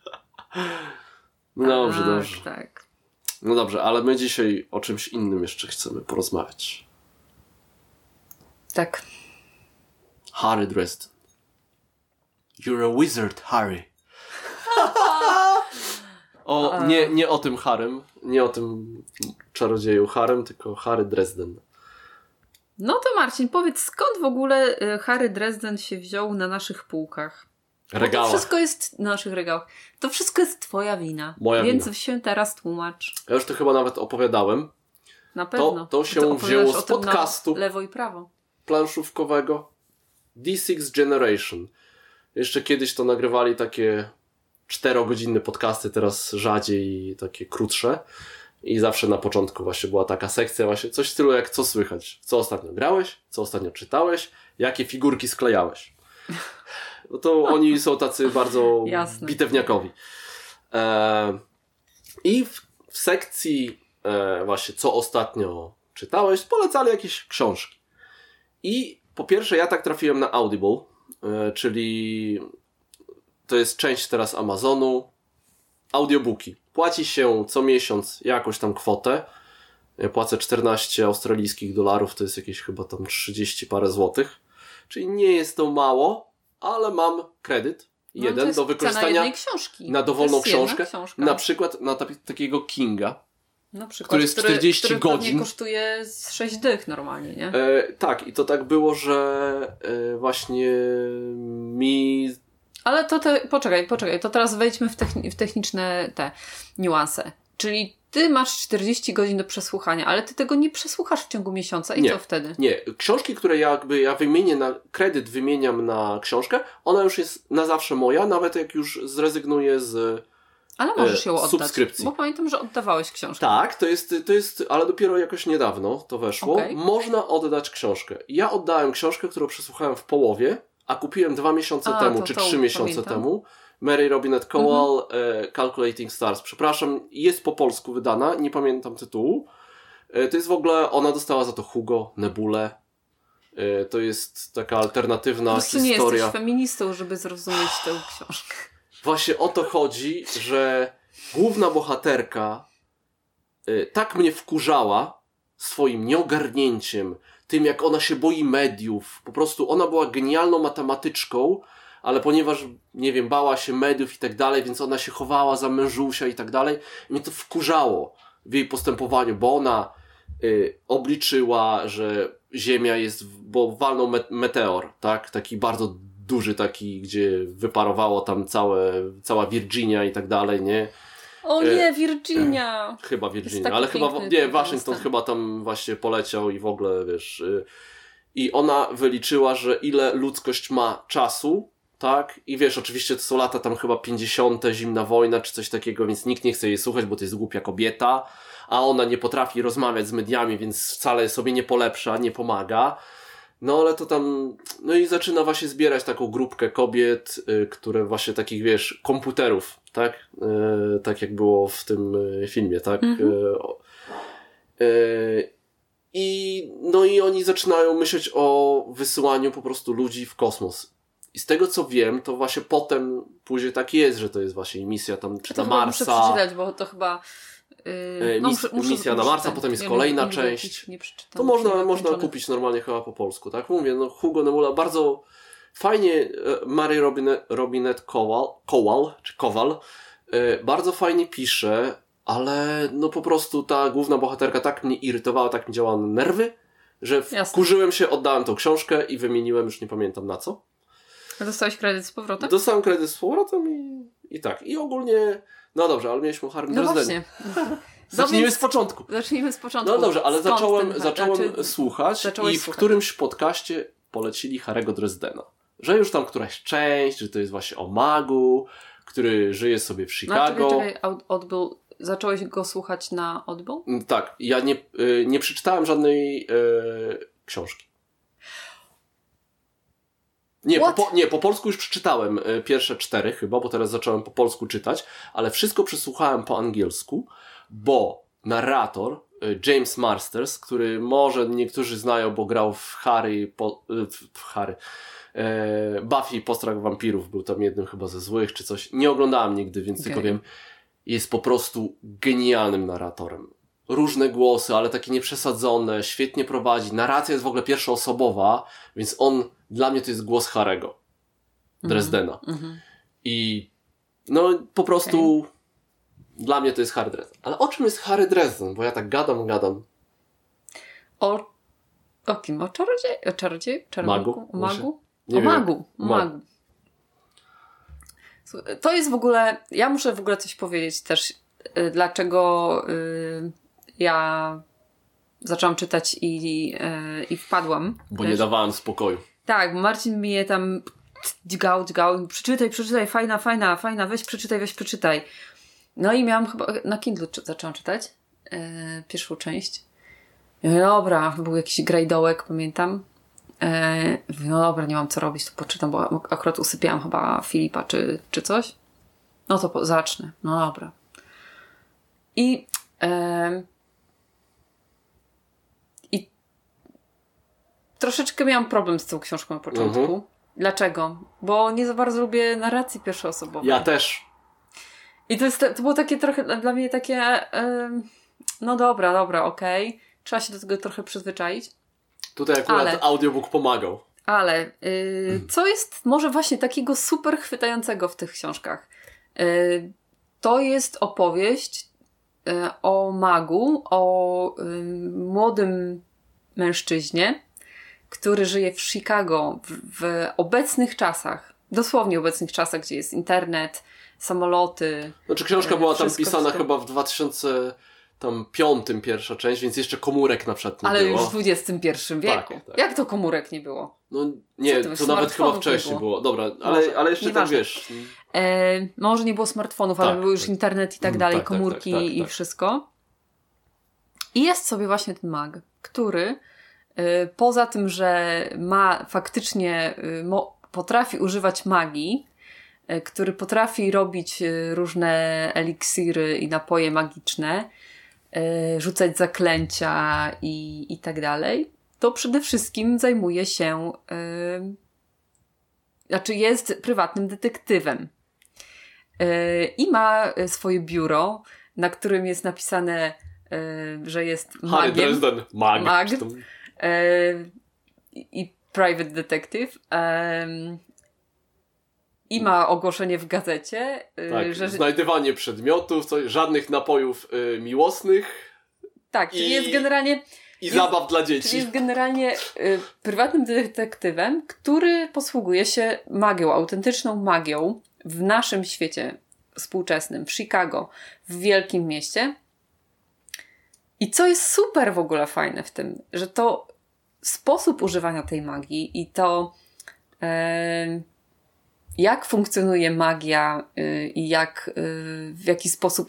No dobrze. Tak. No dobrze, ale my dzisiaj o czymś innym jeszcze chcemy porozmawiać. Tak. Harry Dresden. You're a wizard, Harry. Nie o tym Harrym, nie o tym czarodzieju Harrym, tylko Harry Dresden. No to Marcin, powiedz, skąd w ogóle Harry Dresden się wziął na naszych półkach? Regałach. To wszystko jest na naszych regałach. To wszystko jest twoja wina. Moja więc wina. się teraz tłumacz. Ja już to chyba nawet opowiadałem. Na pewno. To się wzięło z podcastu lewo i prawo. planszówkowego D6 Generation. Jeszcze kiedyś to nagrywali takie 4-godzinne podcasty, teraz rzadziej takie krótsze. I zawsze na początku właśnie była taka sekcja, właśnie coś w stylu jak co słychać. Co ostatnio grałeś? Co ostatnio czytałeś? Jakie figurki sklejałeś? No to oni są tacy bardzo bitewniakowi. I w sekcji właśnie co ostatnio czytałeś, polecali jakieś książki. I po pierwsze ja tak trafiłem na Audible, czyli to jest część teraz Amazonu, audiobooki. Płaci się co miesiąc jakąś tam kwotę. Ja płacę 14 australijskich dolarów, to jest jakieś chyba tam 30 parę złotych. Czyli nie jest to mało, ale mam kredyt jeden do wykorzystania na dowolną książkę. Na przykład na takiego Kinga. Na przykład, który jest 40 który godzin. kosztuje z 6 dych normalnie, nie? Tak, i to tak było, że właśnie mi... Ale to poczekaj, to teraz wejdźmy w techniczne te niuanse. Czyli ty masz 40 godzin do przesłuchania, ale ty tego nie przesłuchasz w ciągu miesiąca i co wtedy? Nie, książki, które ja wymienię na kredyt, wymieniam na książkę, ona już jest na zawsze moja, nawet jak już zrezygnuję z ale możesz ją oddać, subskrypcji. Bo pamiętam, że oddawałeś książkę. Tak, to jest, ale dopiero jakoś niedawno to weszło. Okay. Można oddać książkę. Ja oddałem książkę, którą przesłuchałem w połowie, a kupiłem 2 miesiące temu, czy 3 miesiące temu. Mary Robinette Kowal, Calculating Stars. Przepraszam, jest po polsku wydana, nie pamiętam tytułu. To jest w ogóle, ona dostała za to Hugo, Nebulę. To jest taka alternatywna historia. Nie jesteś feministą, żeby zrozumieć tę książkę. Właśnie o to chodzi, że główna bohaterka tak mnie wkurzała swoim nieogarnięciem, tym jak ona się boi mediów. Po prostu ona była genialną matematyczką, ale ponieważ, nie wiem, bała się mediów i tak dalej, więc ona się chowała za mężusia i tak dalej. I mnie to wkurzało w jej postępowaniu, bo ona obliczyła, że Ziemia jest, bo walnął meteor, tak? Taki bardzo duży taki, gdzie wyparowało tam cała Virginia i tak dalej, nie? O nie, Virginia! Chyba Virginia, ale chyba, nie, Waszyngton chyba tam właśnie poleciał i w ogóle, wiesz... I ona wyliczyła, że ile ludzkość ma czasu, tak? I wiesz, oczywiście to są lata tam chyba 50., zimna wojna czy coś takiego, więc nikt nie chce jej słuchać, bo to jest głupia kobieta, a ona nie potrafi rozmawiać z mediami, więc wcale sobie nie polepsza, nie pomaga. No ale to tam, no i zaczyna właśnie zbierać taką grupkę kobiet, które właśnie takich, wiesz, komputerów, tak? Tak jak było w tym filmie, tak? No i oni zaczynają myśleć o wysyłaniu po prostu ludzi w kosmos. I z tego co wiem, to właśnie potem, później tak jest, że to jest właśnie misja tam, czy na Marsa. Muszę przeczytać, bo to chyba... misja na Marsa, potem jest kolejna część. To można kupić normalnie chyba po polsku, tak? Mówię, no Hugo Nemula bardzo fajnie, Mary Robinette Kowal, bardzo fajnie pisze, ale no po prostu ta główna bohaterka tak mnie irytowała, tak mi działała na nerwy, że wkurzyłem się, oddałem tą książkę i wymieniłem, już nie pamiętam na co. A dostałeś kredyt z powrotem? Dostałem kredyt z powrotem i tak. I ogólnie, no dobrze, ale mieliśmy o Harrym Dresdenie. Zacznijmy z początku. No dobrze, ale zacząłem słuchać i w którymś podcaście polecili Harry'ego Dresdena. Że już tam któraś część, że to jest właśnie o magu, który żyje sobie w Chicago. Czekaj, Audible. Zacząłeś go słuchać na Audible? Tak, ja nie przeczytałem żadnej książki. Po polsku już przeczytałem pierwsze 4 chyba, bo teraz zacząłem po polsku czytać, ale wszystko przesłuchałem po angielsku, bo narrator James Marsters, który może niektórzy znają, bo grał w Buffy Postrach Wampirów, był tam jednym chyba ze złych czy coś. Nie oglądałem nigdy, więc tylko wiem, jest po prostu genialnym narratorem. Różne głosy, ale takie nieprzesadzone, świetnie prowadzi. Narracja jest w ogóle pierwszoosobowa, więc dla mnie to jest głos Harry'ego Dresdena. I no po prostu dla mnie to jest Harry Dresden. Ale o czym jest Harry Dresden? Bo ja tak gadam. O kim? O czarodziej? Magu? O magu? Nie wiem. Magu. To jest w ogóle... Ja muszę w ogóle coś powiedzieć też, dlaczego ja zaczęłam czytać i wpadłam. Bo nie dawałam spokoju. Tak, Marcin mnie tam dźgał. Przeczytaj, fajna, weź przeczytaj. No i miałam chyba, na Kindle zaczęłam czytać pierwszą część. Dobra, był jakiś grajdołek, pamiętam. No dobra, nie mam co robić, to poczytam, bo akurat usypiałam chyba Filipa czy coś. No to zacznę. No dobra. I troszeczkę miałam problem z tą książką na początku. Dlaczego? Bo nie za bardzo lubię narracji pierwszoosobowej. Ja też. I to było takie trochę dla mnie takie no dobra, okej. Trzeba się do tego trochę przyzwyczaić. Tutaj akurat audiobook pomagał. Ale co jest może właśnie takiego super chwytającego w tych książkach? To jest opowieść o magu, o młodym mężczyźnie, który żyje w Chicago w obecnych czasach, dosłownie obecnych czasach, gdzie jest internet, samoloty. Znaczy książka była tam pisana chyba w 2005 pierwsza część, więc jeszcze komórek na przykład nie ale było. Ale już w XXI wieku. Tak. Jak to komórek nie było? No nie, to nawet chyba wcześniej było. Dobra, ale jeszcze nieważne. Tak wiesz. Może nie było smartfonów, ale był już internet i tak dalej, komórki i wszystko. I jest sobie właśnie ten mag, który poza tym, że faktycznie potrafi używać magii, który potrafi robić różne eliksiry i napoje magiczne, rzucać zaklęcia i tak dalej, to przede wszystkim zajmuje się, jest prywatnym detektywem. I ma swoje biuro, na którym jest napisane, że jest magiem. Harry Dresden, mag. I private detective. I ma ogłoszenie w gazecie. Że znajdywanie przedmiotów, żadnych napojów miłosnych. Tak, czyli jest generalnie... zabaw dla dzieci. Czyli jest generalnie prywatnym detektywem, który posługuje się magią, autentyczną magią w naszym świecie współczesnym, w Chicago, w wielkim mieście. I co jest super w ogóle fajne w tym, że to sposób używania tej magii i to jak funkcjonuje magia i w jaki sposób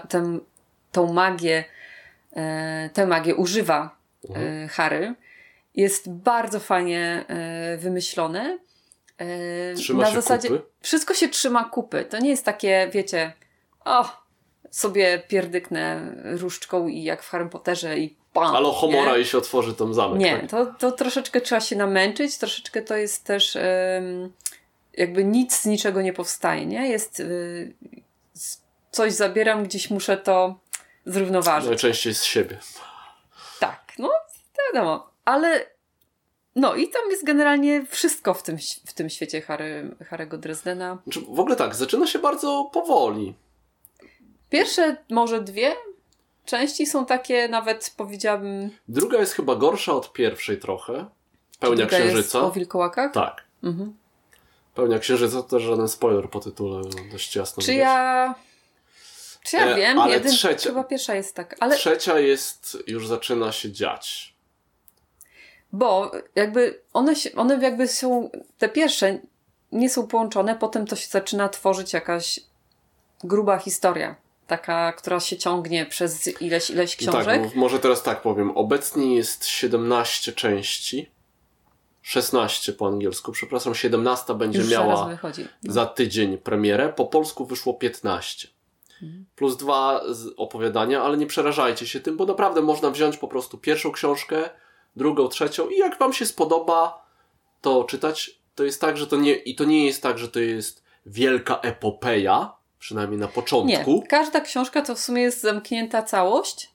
tę magię używa Harry, jest bardzo fajnie wymyślone. Trzyma na się zasadzie kupy. wszystko się trzyma kupy. To nie jest takie, wiecie, sobie pierdyknę różdżką i jak w Harry Potterze i bam. Alohomora i się otworzy tam zamek. Nie, tak? to troszeczkę trzeba się namęczyć, troszeczkę to jest też jakby nic z niczego nie powstaje, nie? Jest coś zabieram, gdzieś muszę to zrównoważyć. Najczęściej z siebie. Tak, no wiadomo, ale no i tam jest generalnie wszystko w tym świecie Harry'ego Dresdena. Znaczy, w ogóle tak, zaczyna się bardzo powoli. Pierwsze może 2 części są takie nawet powiedziałabym... Druga jest chyba gorsza od pierwszej trochę. Pełnia Druga Księżyca. jest o wilkołakach? Tak. Mhm. Pełnia Księżyca to też żaden spoiler po tytule, dość jasno Czy widać. ja wiem, ale trzecia, chyba pierwsza jest tak, ale... Trzecia jest, już zaczyna się dziać. Bo jakby one jakby są, te pierwsze nie są połączone, potem to się zaczyna tworzyć jakaś gruba historia. Taka, która się ciągnie przez ileś książek. Tak, może teraz tak powiem. Obecnie jest 17 części. 16 po angielsku. Przepraszam, 17 będzie już miała zaraz wychodzi. No. za tydzień premierę. Po polsku wyszło 15. Plus 2 opowiadania, ale nie przerażajcie się tym, bo naprawdę można wziąć po prostu pierwszą książkę, drugą, trzecią i jak wam się spodoba to czytać, to jest tak, że to nie jest tak, że to jest wielka epopeja, przynajmniej na początku. Nie, każda książka to w sumie jest zamknięta całość.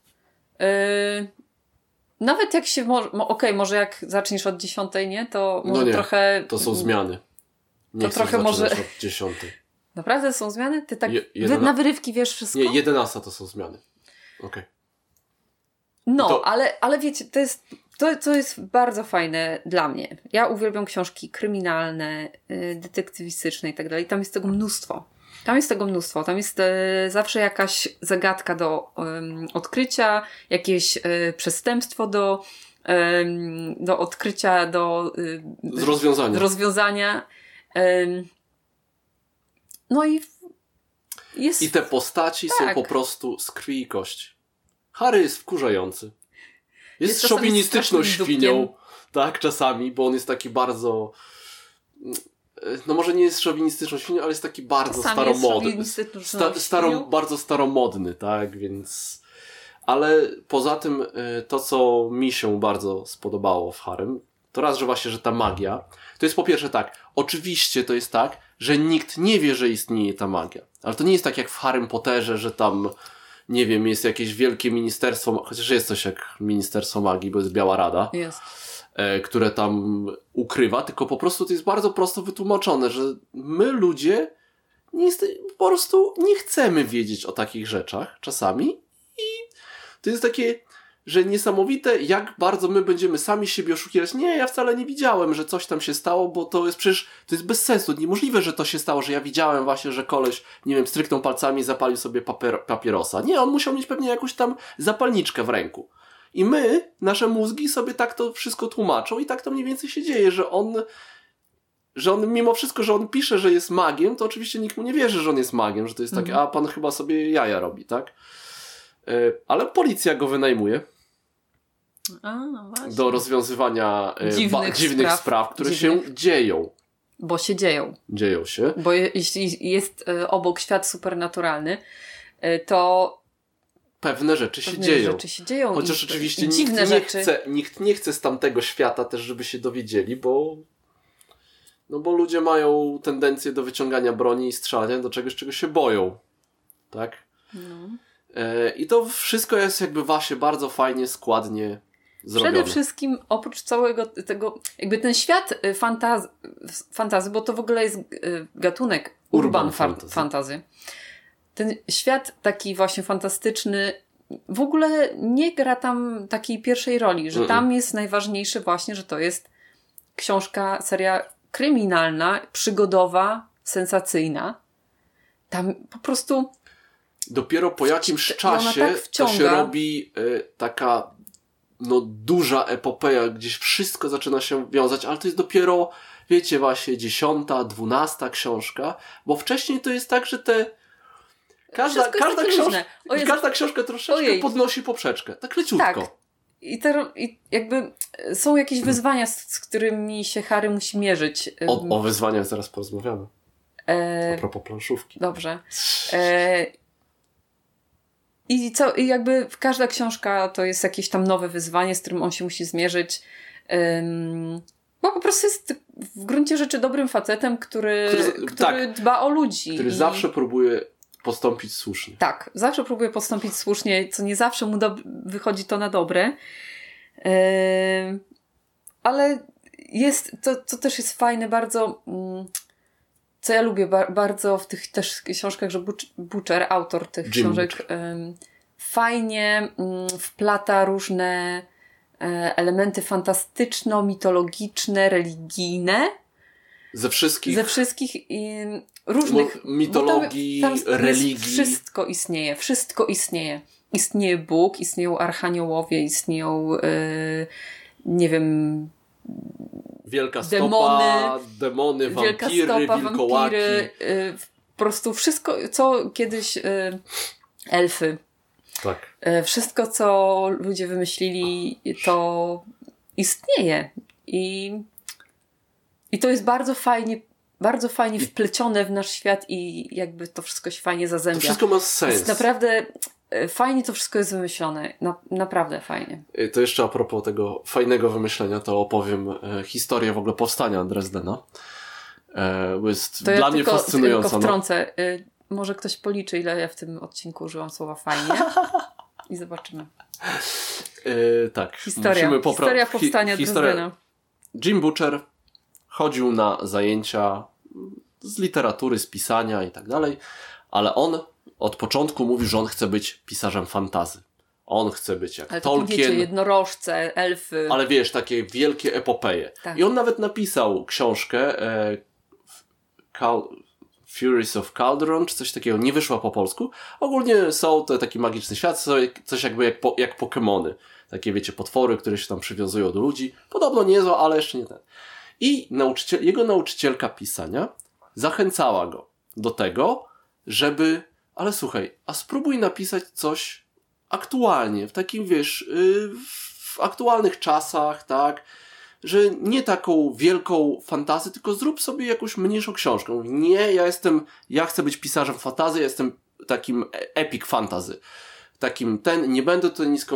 Nawet jak się... może jak zaczniesz od 10, nie? To może trochę... to są zmiany. Nie to trochę może... od 10. Naprawdę są zmiany? Ty tak na wyrywki wiesz wszystko? Nie, 11 to są zmiany. Okej. No, ale wiecie, to jest bardzo fajne dla mnie. Ja uwielbiam książki kryminalne, detektywistyczne i tak dalej. Tam jest tego mnóstwo. Tam jest zawsze jakaś zagadka do odkrycia, jakieś przestępstwo do odkrycia, do rozwiązania. No i jest... I te postaci są po prostu z krwi i kości. Harry jest wkurzający. Jest szowinistyczną świnią. Tak, czasami, bo on jest taki bardzo... No może nie jest szowinistyczną świnią, ale jest taki bardzo staromodny. Bardzo staromodny, tak, więc... Ale poza tym to, co mi się bardzo spodobało w Harrym, to raz, że właśnie, że ta magia, to jest po pierwsze tak, oczywiście to jest tak, że nikt nie wie, że istnieje ta magia. Ale to nie jest tak jak w Harrym Potterze, że tam, nie wiem, jest jakieś wielkie ministerstwo, chociaż jest coś jak Ministerstwo Magii, bo jest Biała Rada, które tam ukrywa, tylko po prostu to jest bardzo prosto wytłumaczone, że my ludzie po prostu nie chcemy wiedzieć o takich rzeczach czasami i to jest takie, że niesamowite, jak bardzo my będziemy sami siebie oszukiwać. Nie, ja wcale nie widziałem, że coś tam się stało, bo to jest przecież, to jest bez sensu. Niemożliwe, że to się stało, że ja widziałem właśnie, że koleś, nie wiem, stryknął palcami i zapalił sobie papierosa. Nie, on musiał mieć pewnie jakąś tam zapalniczkę w ręku. I nasze mózgi sobie tak to wszystko tłumaczą i tak to mniej więcej się dzieje, że on mimo wszystko, że on pisze, że jest magiem, to oczywiście nikt mu nie wierzy, że on jest magiem, że to jest takie, a pan chyba sobie jaja robi, tak? Ale policja go wynajmuje do rozwiązywania dziwnych spraw, które się dzieją. Bo się dzieją. Dzieją się. Bo jeśli jest obok świat supernaturalny, to pewne rzeczy się dzieją. Chociaż oczywiście nikt nie chce z tamtego świata też, żeby się dowiedzieli, bo ludzie mają tendencję do wyciągania broni i strzelania do czegoś, czego się boją. Tak? No. I to wszystko jest jakby właśnie bardzo fajnie, składnie zrobione. Przede wszystkim oprócz całego tego, jakby ten świat fantazy, bo to w ogóle jest gatunek urban fantasy. Ten świat taki właśnie fantastyczny w ogóle nie gra tam takiej pierwszej roli, że tam jest najważniejsze właśnie, że to jest książka, seria kryminalna, przygodowa, sensacyjna. Tam po prostu dopiero po jakimś czasie to się robi taka duża epopeja, gdzieś wszystko zaczyna się wiązać, ale to jest dopiero, wiecie, właśnie 10., 12. książka, bo wcześniej to jest tak, że każda książka troszeczkę podnosi poprzeczkę, tak leciutko. Tak. I jakby są jakieś wyzwania, z którymi się Harry musi mierzyć. O wyzwaniach zaraz porozmawiamy. A propos planszówki. Dobrze. I jakby każda książka to jest jakieś tam nowe wyzwanie, z którym on się musi zmierzyć. Bo po prostu jest w gruncie rzeczy dobrym facetem, który dba o ludzi. Który zawsze próbuje postąpić słusznie. Tak, zawsze próbuje postąpić słusznie, co nie zawsze mu wychodzi to na dobre. Ale to też jest fajne bardzo, co ja lubię bardzo w tych też książkach, że Butcher, autor tych książek, fajnie wplata różne elementy fantastyczno-mitologiczne, religijne. Ze wszystkich różnych mitologii, tam religii. Wszystko istnieje. Istnieje Bóg, istnieją archaniołowie, istnieją nie wiem, wielka stopa, demony, wampiry, wilkołaki. Po prostu wszystko, co kiedyś elfy. Tak. Wszystko, co ludzie wymyślili, to istnieje. I to jest bardzo fajnie wplecione w nasz świat i jakby to wszystko się fajnie zazębia. To wszystko ma sens. Jest naprawdę fajnie to wszystko jest wymyślone. Naprawdę fajnie. To jeszcze a propos tego fajnego wymyślenia, to opowiem historię w ogóle powstania Dresdena. Jest to dla mnie fascynująca. Tylko wtrącę. Może ktoś policzy, ile ja w tym odcinku użyłam słowa fajnie. I zobaczymy. Tak. Historia powstania Dresdena. Jim Butcher chodził na zajęcia z literatury, z pisania i tak dalej, ale on od początku mówił, że on chce być pisarzem fantasy. On chce być jak Tolkien. Wiecie, jednorożce, elfy. Ale wiesz, takie wielkie epopeje. Tak. I on nawet napisał książkę Furies of Calderon, czy coś takiego, nie wyszła po polsku. Ogólnie są to taki magiczny świat, coś jakby jak Pokemony. Takie, wiecie, potwory, które się tam przywiązują do ludzi. Podobno niezłe, ale jeszcze nie ten. I jego nauczycielka pisania zachęcała go do tego, żeby, ale słuchaj, a spróbuj napisać coś aktualnie, w takim, wiesz, w aktualnych czasach, tak, że nie taką wielką fantazję, tylko zrób sobie jakąś mniejszą książkę. Mówi, nie, ja chcę być pisarzem fantasy, ja jestem takim epic fantasy. Takim nie będę to niską...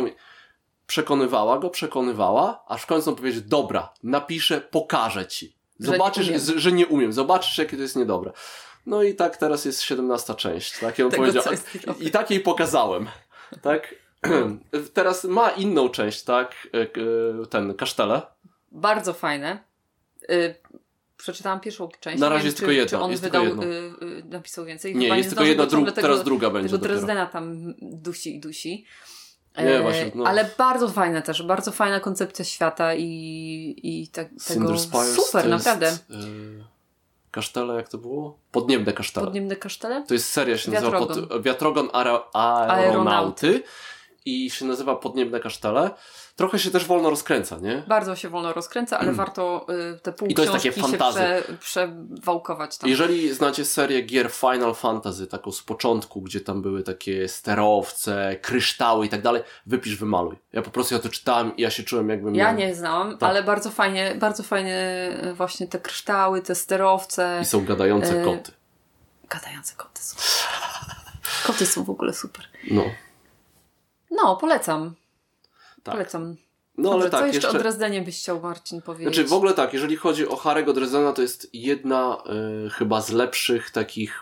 Przekonywała, aż w końcu on powiedział, dobra, napiszę, pokażę ci. Zobaczysz, że nie umiem. Zobaczysz, jakie to jest niedobre. No i tak teraz jest 17 część. Tak? I on powiedział, i tak jej pokazałem. Tak? Teraz ma inną część, tak? Kasztele. Bardzo fajne. Przeczytałam pierwszą część. Na razie jest tylko jedna. Czy on napisał więcej? Nie, jest tylko jedna, teraz druga będzie. Tego Dresdena tam dusi. Nie, właśnie, ale bardzo fajne też, bardzo fajna koncepcja świata i tego super, naprawdę. Kasztele, jak to było? Podniebne kasztele. Podniebne kasztele? To jest seria, się nazywa Wiatrogon Aeronauty i się nazywa Podniebne kasztele. Trochę się też wolno rozkręca, nie? Bardzo się wolno rozkręca, ale warto te pół książki się przewałkować tam. Jeżeli znacie serię gier Final Fantasy, taką z początku, gdzie tam były takie sterowce, kryształy i tak dalej, wypisz, wymaluj. Ja po prostu to czytałem i ja się czułem jakbym... Ja nie znałam, tak. Ale bardzo fajnie właśnie te kryształy, te sterowce. I są gadające koty. Gadające koty są. Koty są w ogóle super. No, polecam. Tak. Polecam. No, dobrze, ale tak, co jeszcze o Dresdenie byś chciał, Marcin, powiedzieć? Znaczy w ogóle tak, jeżeli chodzi o Harry'ego Dresdena, to jest jedna chyba z lepszych takich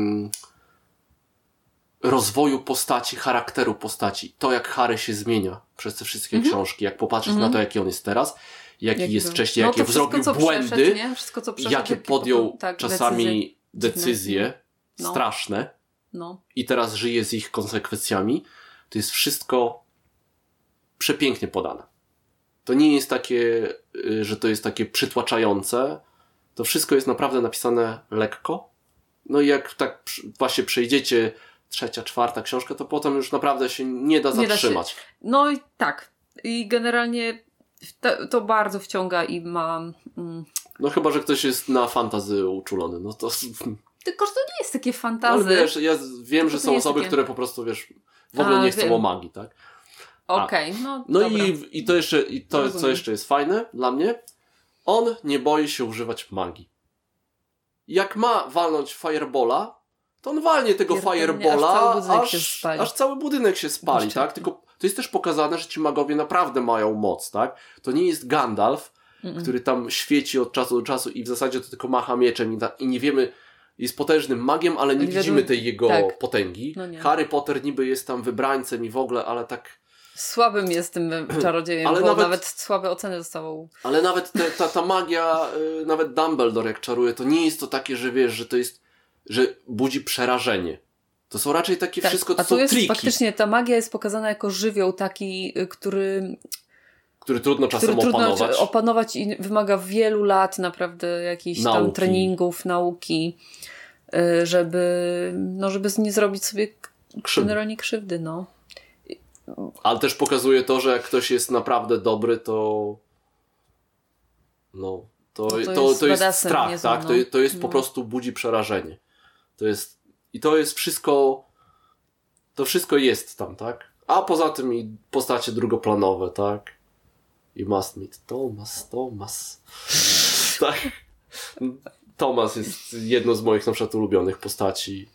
rozwoju postaci, charakteru postaci. To jak Harry się zmienia przez te wszystkie książki, jak popatrzeć na to, jaki on jest teraz, jaki jest wcześniej, jakie zrobił błędy, wszystko, co jakie podjął czasami decyzje straszne i teraz żyje z ich konsekwencjami. To jest wszystko przepięknie podane. To nie jest takie, że to jest takie przytłaczające. To wszystko jest naprawdę napisane lekko. No i jak tak właśnie przejdziecie 3., 4. książka, to potem już naprawdę się nie da zatrzymać. No i tak. I generalnie to bardzo wciąga i ma... No chyba, że ktoś jest na fantasy uczulony. No to... Tylko, że to nie jest takie fantasy. Ale wiesz, ja wiem, że są osoby, które po prostu, wiesz, w ogóle nie chcą o magii, tak? Okej, no No dobra. i to co jeszcze jest fajne dla mnie, on nie boi się używać magii. Jak ma walnąć Firebola, to on walnie tego Firebola, aż cały budynek się spali, tak? Tylko to jest też pokazane, że ci magowie naprawdę mają moc, tak? To nie jest Gandalf, który tam świeci od czasu do czasu i w zasadzie to tylko macha mieczem i nie wiemy, jest potężnym magiem, ale nie widzimy tej jego potęgi. No Harry Potter niby jest tam wybrańcem i w ogóle, ale tak... Słabym jest tym czarodziejem, ale bo nawet słabe oceny dostawał. Ale nawet ta magia, nawet Dumbledore jak czaruje, to nie jest to takie, że wiesz, że to jest, że budzi przerażenie. To są raczej takie wszystko, to są triki. A tu jest faktycznie, ta magia jest pokazana jako żywioł taki, który trudno czasem opanować i wymaga wielu lat naprawdę jakichś tam treningów, nauki, żeby nie zrobić sobie generalnie krzywdy, no. Ale też pokazuje to, że jak ktoś jest naprawdę dobry, to jest strach, tak? To jest po prostu budzi przerażenie. To jest wszystko, to wszystko jest tam, tak? A poza tym i postacie drugoplanowe, tak? You must meet Thomas. Tak. Thomas jest jedną z moich na przykład ulubionych postaci.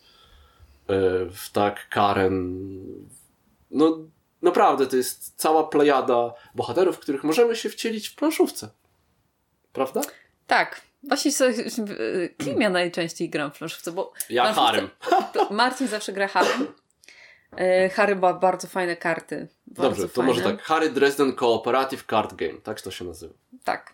Tak, Karen. No naprawdę, to jest cała plejada bohaterów, w których możemy się wcielić w planszówce. Prawda? Tak. Właśnie kim ja najczęściej gram w planszówce? Bo ja Harrym. Marcin zawsze gra Harrym. Harry ma bardzo fajne karty. Dobrze, to może tak. Harry Dresden Cooperative Card Game. Tak to się nazywa. Tak.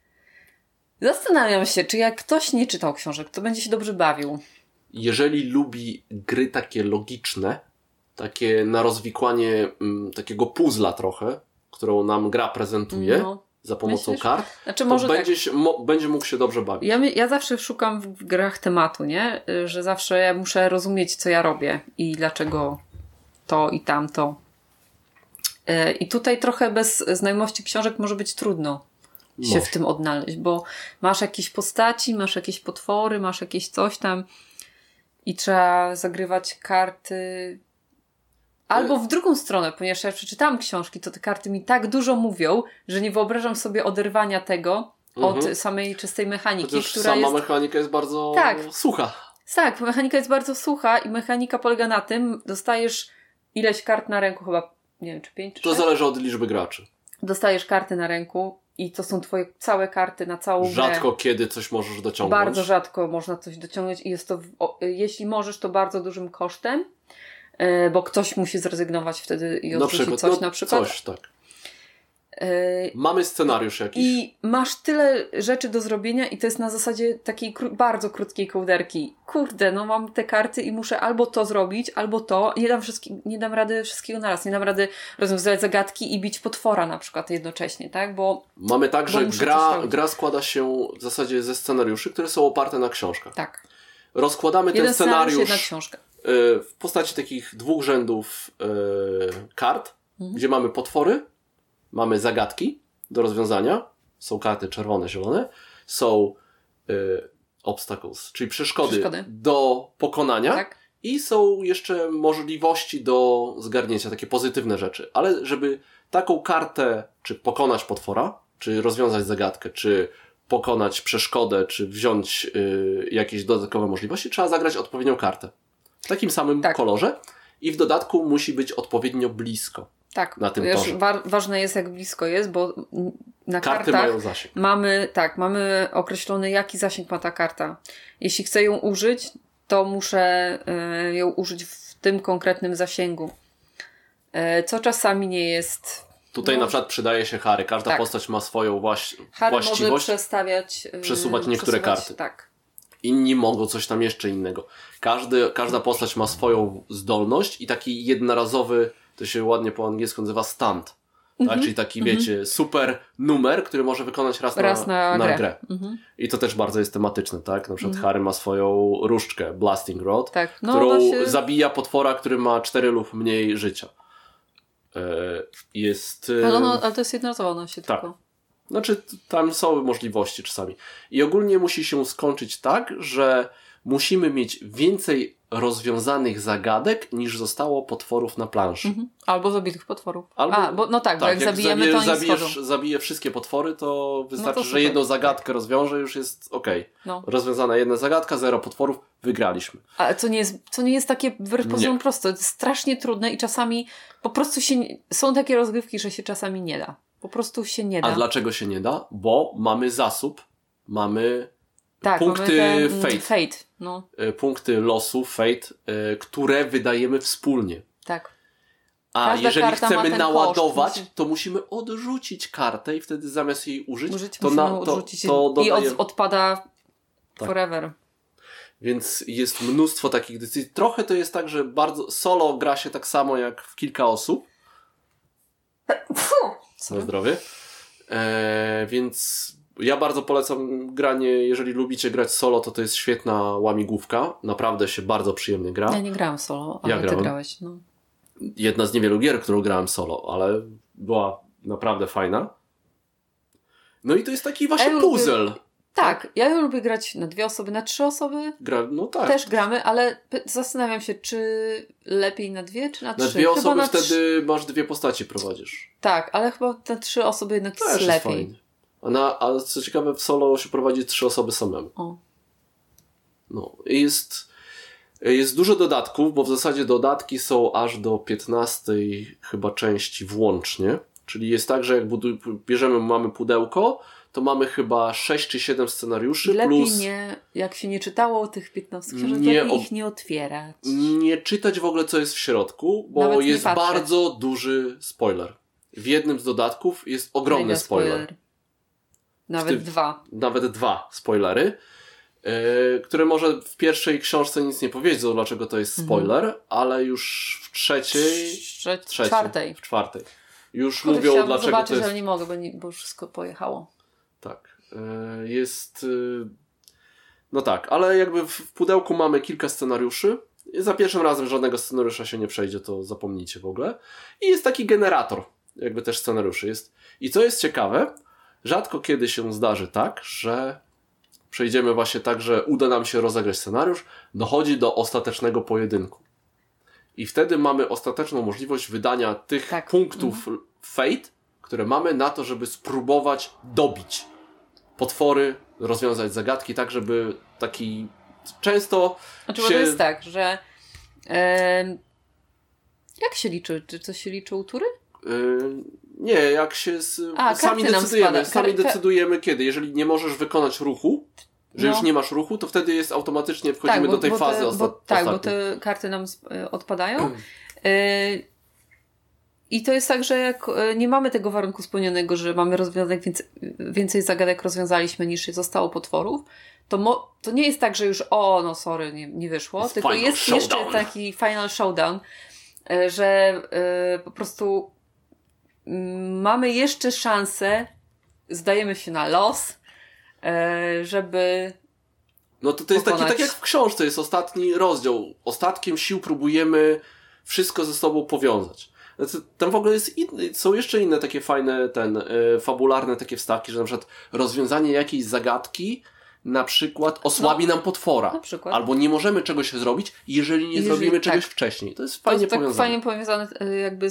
Zastanawiam się, czy jak ktoś nie czytał książek, to będzie się dobrze bawił. Jeżeli lubi gry takie logiczne, takie na rozwikłanie takiego puzzla trochę, którą nam gra prezentuje za pomocą kart, to może będzie mógł się dobrze bawić. Ja zawsze szukam w grach tematu, nie? Że zawsze ja muszę rozumieć, co ja robię i dlaczego to i tamto. I tutaj trochę bez znajomości książek może być trudno się w tym odnaleźć, bo masz jakieś postaci, masz jakieś potwory, masz jakieś coś tam i trzeba zagrywać karty. Albo w drugą stronę, ponieważ ja przeczytałam książki, to te karty mi tak dużo mówią, że nie wyobrażam sobie oderwania tego od samej czystej mechaniki. Chociaż sama mechanika jest bardzo sucha. Tak, mechanika jest bardzo sucha i mechanika polega na tym, dostajesz ileś kart na ręku, chyba, nie wiem, czy 5 czy 6? To zależy od liczby graczy. Dostajesz karty na ręku i to są twoje całe karty na całą grę. Rzadko kiedy coś możesz dociągnąć. Bardzo rzadko można coś dociągnąć i jest to, jeśli możesz, to bardzo dużym kosztem. Bo ktoś musi zrezygnować wtedy i odrzucić coś na przykład. Coś, tak. Mamy scenariusz jakiś. I masz tyle rzeczy do zrobienia i to jest na zasadzie takiej bardzo krótkiej kołderki. Kurde, no mam te karty i muszę albo to zrobić, albo to. Nie dam rady wszystkiego naraz. Nie dam rady rozwiązywać zagadki i bić potwora na przykład jednocześnie, tak? Mamy tak, że gra składa się w zasadzie ze scenariuszy, które są oparte na książkach. Tak. Rozkładamy ten scenariusz jedna książka. W postaci takich 2 rzędów kart, gdzie mamy potwory, mamy zagadki do rozwiązania, są karty czerwone, zielone, są obstacles, czyli przeszkody do pokonania i są jeszcze możliwości do zgarnięcia, takie pozytywne rzeczy. Ale żeby taką kartę, czy pokonać potwora, czy rozwiązać zagadkę, czy pokonać przeszkodę, czy wziąć jakieś dodatkowe możliwości, trzeba zagrać odpowiednią kartę. W takim samym kolorze i w dodatku musi być odpowiednio blisko. Tak, na tym torze. Ważne jest, jak blisko jest, bo na karty kartach mają zasięg. mamy określony, jaki zasięg ma ta karta. Jeśli chcę ją użyć, to muszę ją użyć w tym konkretnym zasięgu. Co czasami nie jest... Tutaj na przykład przydaje się Harry. Każda postać ma swoją właściwość. Harry może przesuwać niektóre karty. Tak. Inni mogą coś tam jeszcze innego. Każda postać ma swoją zdolność i taki jednorazowy, to się ładnie po angielsku nazywa stunt. Tak? Czyli taki, wiecie, super numer, który może wykonać raz na grę. I to też bardzo jest tematyczne, tak? Na przykład Harry ma swoją różdżkę, Blasting Rod, którą zabija potwora, który ma 4 lub mniej życia. Ale to jest jednorazowa, ona się tylko... Znaczy, tam są możliwości czasami. I ogólnie musi się skończyć tak, że musimy mieć więcej rozwiązanych zagadek, niż zostało potworów na planszy. Albo zabitych potworów. Albo, bo jak zabijemy, to oni zabiję wszystkie potwory, to wystarczy, to że jedną zagadkę rozwiążę, już jest okej. No. Rozwiązana jedna zagadka, 0 potworów, wygraliśmy. Ale co nie jest takie wbrew pozorom proste. To jest strasznie trudne i czasami po prostu są takie rozgrywki, że się czasami nie da. Po prostu się nie da. A dlaczego się nie da? Bo mamy zasób, mamy punkty mamy fate. No. Punkty losu, fate, które wydajemy wspólnie. Tak. A Każda jeżeli chcemy naładować, koszt, to musimy odrzucić kartę i wtedy zamiast jej użyć, odrzucić dodajemy... i odpada forever. Więc jest mnóstwo takich decyzji. Trochę to jest tak, że bardzo solo gra się tak samo jak w kilka osób. Na zdrowie. Więc ja bardzo polecam granie, jeżeli lubicie grać solo, to jest świetna łamigłówka. Naprawdę się bardzo przyjemnie gra. Ja nie grałam solo, ale ty grałeś. No. Jedna z niewielu gier, którą grałem solo, ale była naprawdę fajna. No i to jest taki właśnie puzzle. Tak, ja lubię grać na 2 osoby, na 3 osoby. No tak. Też gramy, ale zastanawiam się, czy lepiej na 2, czy na 3. Na 2 osoby wtedy masz 2 postaci prowadzisz. Tak, ale chyba na 3 osoby jednak jest lepiej. Jest fajnie. A co ciekawe, w solo się prowadzi 3 osoby samemu. O. No, jest dużo dodatków, bo w zasadzie dodatki są aż do 15 chyba części włącznie. Czyli jest tak, że jak mamy pudełko, to mamy chyba 6 czy 7 scenariuszy. Lepiej jak się nie czytało tych 15 książek, lepiej ich nie otwierać. Nie czytać w ogóle, co jest w środku, bo jest bardzo duży spoiler. W jednym z dodatków jest ogromny spoiler. Nawet 2. Nawet 2 spoilery, które może w pierwszej książce nic nie powiedzą, dlaczego to jest spoiler, ale już w trzeciej... czwartej. W czwartej. Już mówią, dlaczego zobaczyć, to jest... ale nie mogę, bo już wszystko pojechało. Tak. Jest... No tak, ale jakby w pudełku mamy kilka scenariuszy. Za pierwszym razem żadnego scenariusza się nie przejdzie, to zapomnijcie w ogóle. I jest taki generator jakby też scenariuszy. I co jest ciekawe, rzadko kiedy się zdarzy tak, że przejdziemy właśnie tak, że uda nam się rozegrać scenariusz, dochodzi do ostatecznego pojedynku. I wtedy mamy ostateczną możliwość wydania tych punktów fate, które mamy na to, żeby spróbować dobić potwory, rozwiązać zagadki tak, żeby taki często Bo to jest tak, że jak się liczy? Czy coś się liczy u tury? Nie, jak się sami decydujemy kiedy. Jeżeli nie możesz wykonać ruchu, że już nie masz ruchu, to wtedy jest automatycznie wchodzimy do tej fazy ostatniej. Bo te karty nam odpadają. I to jest tak, że jak nie mamy tego warunku spełnionego, że mamy rozwiązań więcej zagadek rozwiązaliśmy niż zostało potworów, to nie jest tak, że już nie wyszło, tylko jest jeszcze taki final showdown, że po prostu mamy jeszcze szansę, zdajemy się na los, żeby no to jest tak jak w książce, jest ostatni rozdział. Ostatkiem sił próbujemy wszystko ze sobą powiązać. Tam w ogóle są jeszcze inne takie fajne, fabularne takie wstawki, że na przykład rozwiązanie jakiejś zagadki na przykład osłabi nam potwora. Albo nie możemy czegoś zrobić, jeżeli nie zrobimy czegoś wcześniej. To jest fajnie powiązane. Tak fajnie powiązane jakby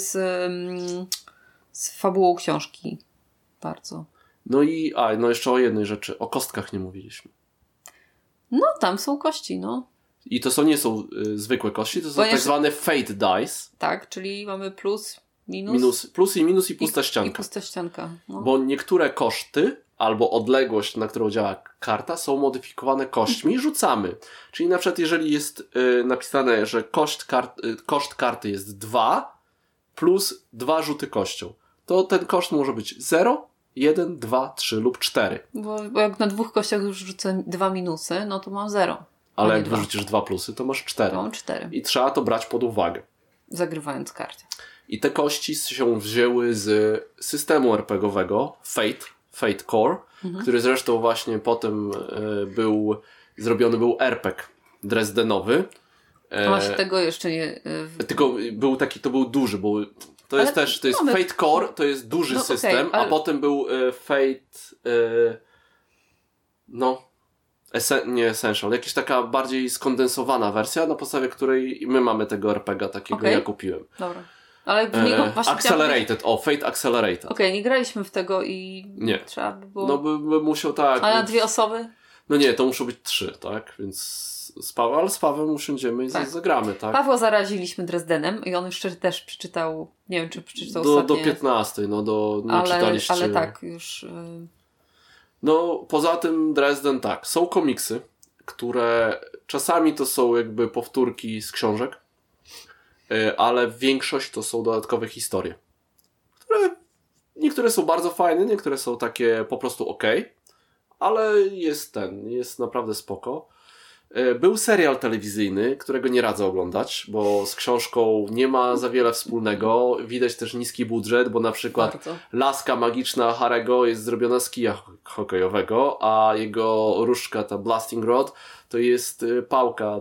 z fabułą książki. Bardzo. No i jeszcze o jednej rzeczy. O kostkach nie mówiliśmy. No, tam są kości, no. I to nie są zwykłe kości, to są tak zwane fate dice. Tak, czyli mamy plus, minus. Plus i minus i pusta ścianka. I pusta ścianka. No. Bo niektóre koszty albo odległość, na którą działa karta, są modyfikowane kośćmi i rzucamy. Czyli na przykład jeżeli jest napisane, że koszt karty jest 2 plus 2 rzuty kością, to ten koszt może być 0, 1, 2, 3 lub 4. Bo jak na 2 kościach już rzucę 2 minusy, no to mam 0. Ale jak wyrzucisz 2 plusy, to masz 4. Mam 4. I trzeba to brać pod uwagę. Zagrywając karty. I te kości się wzięły z systemu RPGowego Fate Core, który zresztą właśnie potem zrobiony był RPG Dresdenowy. Właśnie tego jeszcze nie... Tylko to był duży, bo to jest Fate Core, to jest duży system, a potem był Fate... nie Essential, jakaś taka bardziej skondensowana wersja, na podstawie której my mamy tego RPG takiego, ja kupiłem. Dobra. Ale w niego właśnie Accelerated, Fate Accelerated. Okej, nie graliśmy w tego i nie. Trzeba by było... No by musiał tak... Ale na 2 osoby? No nie, to muszą być 3, tak? Więc ale z Pawłem usiądziemy i zagramy, tak? Pawła zaraziliśmy Dresdenem i on jeszcze też przeczytał, nie wiem czy przeczytał ostatnie... Do 15, nie czytaliście... Ale tak, już... No, poza tym Dresden tak, są komiksy, które czasami to są jakby powtórki z książek, ale większość to są dodatkowe historie, które niektóre są bardzo fajne, niektóre są takie po prostu okej, ale jest naprawdę spoko. Był serial telewizyjny, którego nie radzę oglądać, bo z książką nie ma za wiele wspólnego. Widać też niski budżet, bo na przykład laska magiczna Harry'ego jest zrobiona z kija hokejowego, a jego różdżka, ta Blasting Rod, to jest pałka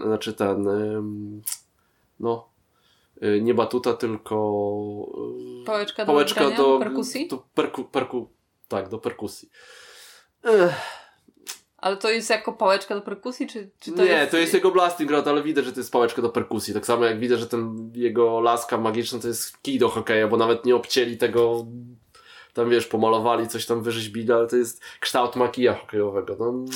nie batuta, tylko pałeczka do perkusji? Do perkusji. Ale to jest jako pałeczka do perkusji, czy to nie, jest... to jest jego Blasting Rod, ale widać, że to jest pałeczka do perkusji. Tak samo jak widać, że ten jego laska magiczna to jest kij do hokeja, bo nawet nie obcięli tego, tam wiesz, pomalowali, coś tam wyrzeźbili, ale to jest kształt makija hokejowego.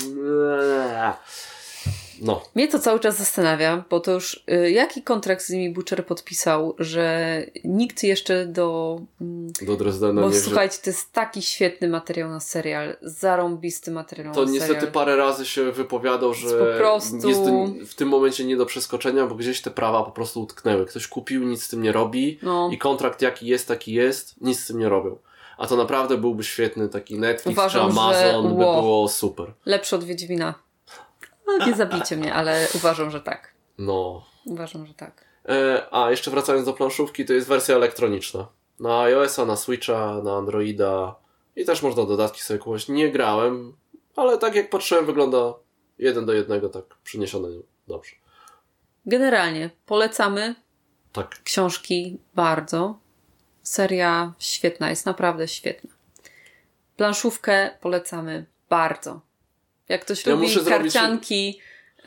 No. Mnie to cały czas zastanawia, bo to już jaki kontrakt z nimi Butcher podpisał, że nikt jeszcze do Dresdena bo nie słuchajcie, to jest taki świetny materiał na serial, zarąbisty materiał na serial. To niestety parę razy się wypowiadał, że po prostu... jest w tym momencie nie do przeskoczenia, bo gdzieś te prawa po prostu utknęły. Ktoś kupił, nic z tym nie robi i kontrakt jaki jest, taki jest, nic z tym nie robią. A to naprawdę byłby świetny taki Netflix czy Amazon, by było super. Lepszy od Wiedźmina. No, nie zabijcie mnie, ale uważam, że tak. No. Uważam, że tak. A jeszcze wracając do planszówki, to jest wersja elektroniczna. Na iOS-a, na Switcha, na Androida i też można dodatki sobie kupować. Nie grałem, ale tak jak patrzyłem, wygląda 1:1, tak przyniesione dobrze. Generalnie polecamy książki bardzo. Seria świetna, jest naprawdę świetna. Planszówkę polecamy bardzo. Jak ktoś lubi karcianki,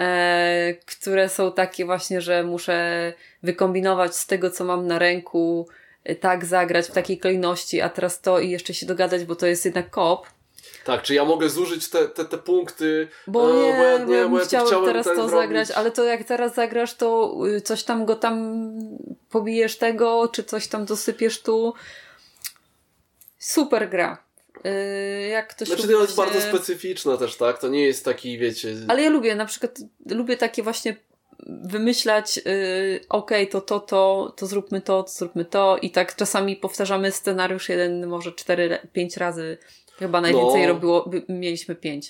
które są takie właśnie, że muszę wykombinować z tego, co mam na ręku, tak zagrać w takiej kolejności, a teraz to i jeszcze się dogadać, bo to jest jednak koop. Tak, czy ja mogę zużyć te punkty? Bo ja bym chciała teraz to zagrać, ale to jak teraz zagrasz, to coś tam go tam pobijesz tego, czy coś tam dosypiesz tu. Super gra. Jak ktoś to jest bardzo specyficzna też, tak? To nie jest taki, wiecie... Ale ja lubię, na przykład lubię takie właśnie wymyślać to zróbmy to i tak czasami powtarzamy scenariusz 1, może 4-5 razy. Chyba najwięcej mieliśmy 5.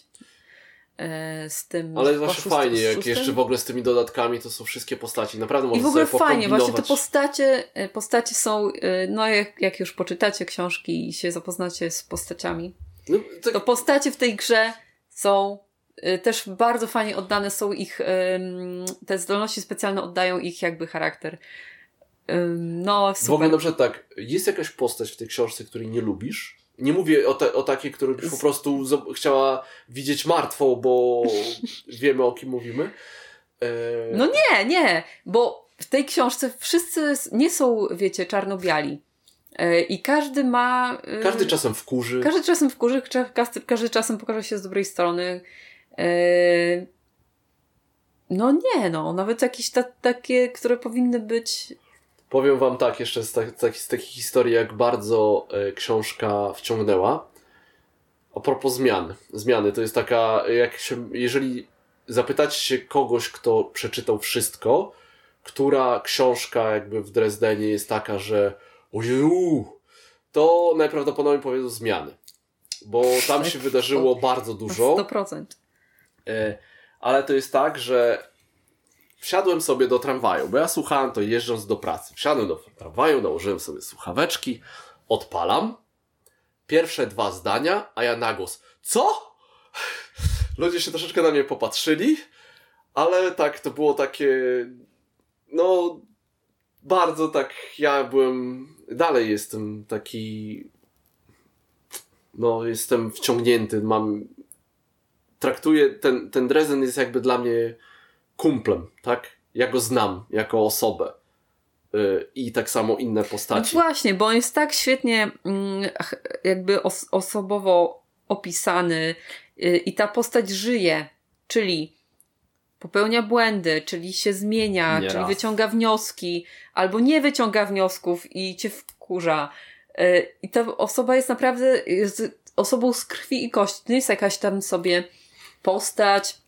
Z tym. Ale właśnie fajnie, jak jeszcze w ogóle z tymi dodatkami to są wszystkie postaci. Naprawdę można sobie pokombinować. I w ogóle fajnie, właśnie te postacie są, no jak już poczytacie książki i się zapoznacie z postaciami, to postacie w tej grze są też bardzo fajnie oddane, są ich, te zdolności specjalne oddają ich jakby charakter. No super. W ogóle na przykład tak, jest jakaś postać w tej książce, której nie lubisz? Nie mówię o takiej, którą byś po prostu chciała widzieć martwą, bo wiemy, o kim mówimy. No nie, bo w tej książce wszyscy nie są, wiecie, czarno-biali. I każdy ma... Każdy czasem wkurzy. Każdy czasem pokaże się z dobrej strony. Nawet jakieś takie, które powinny być... Powiem wam tak, jeszcze z takich historii, jak bardzo książka wciągnęła. A propos zmiany, to jest taka, jeżeli zapytacie się kogoś, kto przeczytał wszystko, która książka jakby w Dresdenie jest taka, że ojeju, to najprawdopodobniej powiedzą Zmiany. Bo tam się wydarzyło bardzo dużo. 100%. Ale to jest tak, że wsiadłem sobie do tramwaju, bo ja słuchałem to jeżdżąc do pracy. Wsiadłem do tramwaju, nałożyłem sobie słuchaweczki, odpalam, pierwsze 2 zdania, a ja na głos: co? Ludzie się troszeczkę na mnie popatrzyli, ale tak, to było takie, bardzo tak, dalej jestem taki, jestem wciągnięty, mam traktuję, ten Dresden jest jakby dla mnie kumplem, tak? Ja go znam jako osobę. I tak samo inne postaci. No właśnie, bo on jest tak świetnie jakby osobowo opisany i ta postać żyje, czyli popełnia błędy, czyli się zmienia, czyli wyciąga wnioski, albo nie wyciąga wniosków i cię wkurza. I ta osoba jest naprawdę osobą z krwi i kości. To nie jest jakaś tam sobie postać,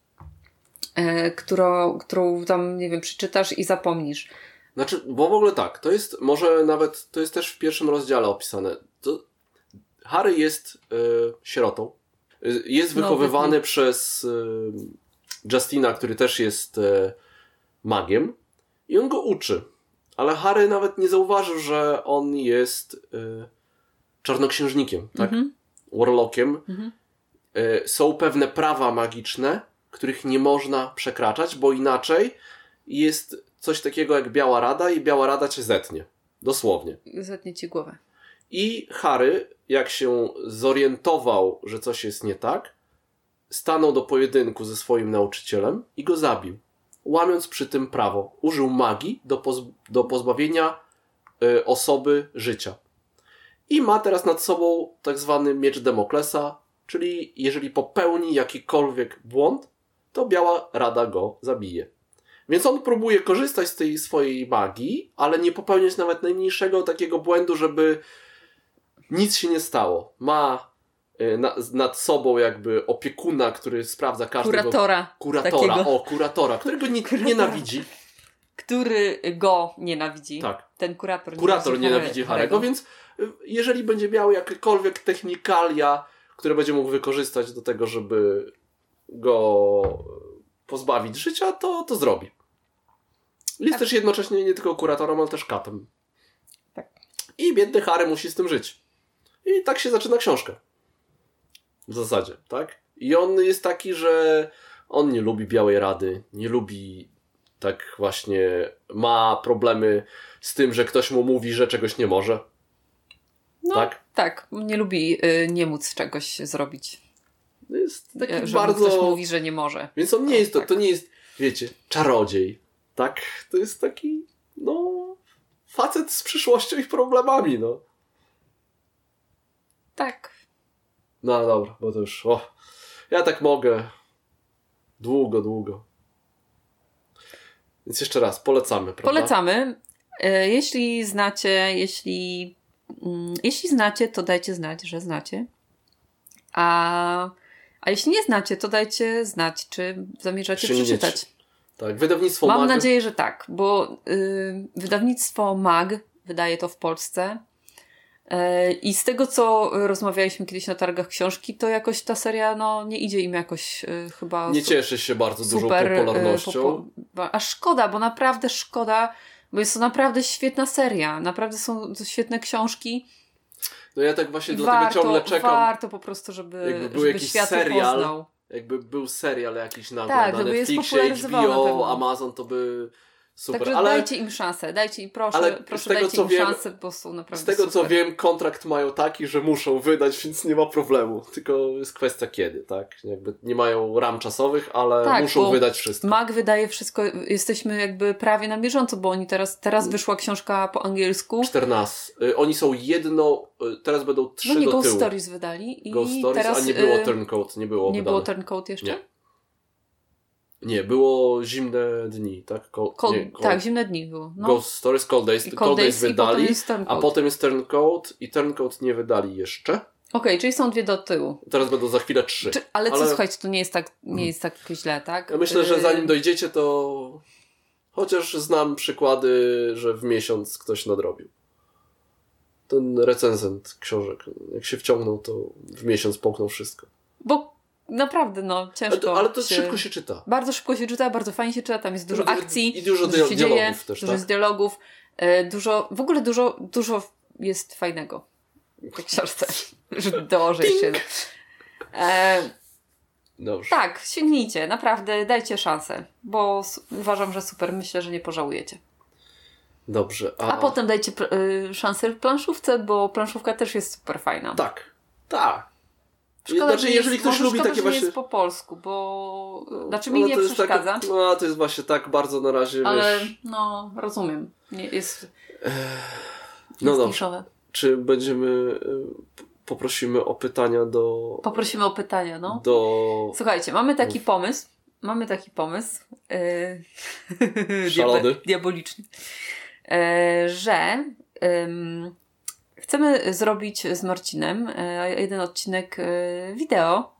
którą tam, nie wiem, przeczytasz i zapomnisz. Znaczy, bo w ogóle tak, to jest może nawet, to jest też w pierwszym rozdziale opisane. Harry jest sierotą. Jest wychowywany przez Justina, który też jest magiem i on go uczy. Ale Harry nawet nie zauważył, że on jest czarnoksiężnikiem, tak? Warlockiem. Są pewne prawa magiczne, których nie można przekraczać, bo inaczej jest coś takiego jak Biała Rada i Biała Rada cię zetnie. Dosłownie. Zetnie ci głowę. I Harry, jak się zorientował, że coś jest nie tak, stanął do pojedynku ze swoim nauczycielem i go zabił. Łamiąc przy tym prawo. Użył magii do pozbawienia osoby życia. I ma teraz nad sobą tak zwany miecz Demoklesa, czyli jeżeli popełni jakikolwiek błąd, to Biała Rada go zabije. Więc on próbuje korzystać z tej swojej magii, ale nie popełniać nawet najmniejszego takiego błędu, żeby nic się nie stało. Ma nad sobą jakby opiekuna, który sprawdza każdego... Kuratora, którego nienawidzi. Który go nienawidzi. Tak. Ten kurator nienawidzi Harry'ego, więc jeżeli będzie miał jakiekolwiek technikalia, które będzie mógł wykorzystać do tego, żeby go pozbawić życia, to zrobi. Jest też jednocześnie nie tylko kuratorem, ale też katem. Tak. I biedny Harry musi z tym żyć. I tak się zaczyna książka. W zasadzie, tak? I on jest taki, że on nie lubi Białej Rady, nie lubi tak właśnie, ma problemy z tym, że ktoś mu mówi, że czegoś nie może. No, tak. Nie lubi nie móc czegoś zrobić. Jest taki że bardzo... ktoś mówi, że nie może. Więc on nie jest, to nie jest, wiecie, czarodziej. Tak? To jest taki, facet z przyszłością i problemami, Tak. No dobra, bo to już, ja tak mogę. Długo. Więc jeszcze raz, polecamy, prawda? Polecamy. Jeśli znacie, to dajcie znać, że znacie. A jeśli nie znacie, to dajcie znać, czy zamierzacie przeczytać. Tak, wydawnictwo Mam MAG. nadzieję, że tak, bo wydawnictwo MAG wydaje to w Polsce. I z tego, co rozmawialiśmy kiedyś na targach książki, to jakoś ta seria nie idzie im jakoś chyba... Nie cieszy się bardzo dużą popularnością. A szkoda, bo naprawdę szkoda, bo jest to naprawdę świetna seria. Naprawdę są to świetne książki. No ja tak właśnie dlatego ciągle czekam. Warto po prostu, żeby jakiś świat serial, poznał. Jakby był serial jakiś na Netflixie, HBO, Amazon, to by super. Także dajcie im szansę, dajcie im proszę dajcie im szansę, bo są naprawdę z tego super. co wiem, kontrakt mają taki, że muszą wydać, więc nie ma problemu. Tylko jest kwestia kiedy, tak? Jakby nie mają ram czasowych, ale muszą wydać wszystko. MAG wydaje wszystko, jesteśmy jakby prawie na bieżąco, bo oni teraz wyszła książka po angielsku. 14. Oni są teraz będą 3 do tyłu. Ghost Stories wydali. I Ghost Stories, teraz, a nie było Turncoat, nie było Nie wydane. było Turncoat jeszcze? Nie, było Zimne Dni, tak? Tak, Zimne Dni było. Ghost Stories, Cold Days wydali, a potem jest Turncoat i Turncoat nie wydali jeszcze. Okej, czyli są 2 do tyłu. Teraz będą za chwilę 3. Ale słuchajcie, to nie jest tak źle, tak? Ja myślę, że zanim dojdziecie, to chociaż znam przykłady, że w miesiąc ktoś nadrobił. Ten recenzent książek, jak się wciągnął, to w miesiąc połknął wszystko. Bo naprawdę, ciężko. Ale to szybko się czyta. Bardzo szybko się czyta, bardzo fajnie się czyta, tam jest dużo akcji. I dużo się dialogów dzieje, też, dużo jest dialogów. W ogóle dużo jest fajnego w tej książce. Że dołożę się. Dobrze. Tak, sięgnijcie, naprawdę, dajcie szansę, bo uważam, że super, myślę, że nie pożałujecie. Dobrze. A potem dajcie szansę w planszówce, bo planszówka też jest super fajna. Tak. Szkoda, Znaczy, jeżeli ktoś lubi takie że właśnie... nie jest po polsku, bo... Znaczy mi nie przeszkadza. No, to jest właśnie tak bardzo na razie, ale wiesz... no, rozumiem. Jest No dobrze. niszowe. Czy będziemy... Poprosimy o pytania do... Poprosimy o pytania, no. Słuchajcie, mamy taki pomysł. Szalony. Diaboliczny. Że chcemy zrobić z Marcinem jeden odcinek wideo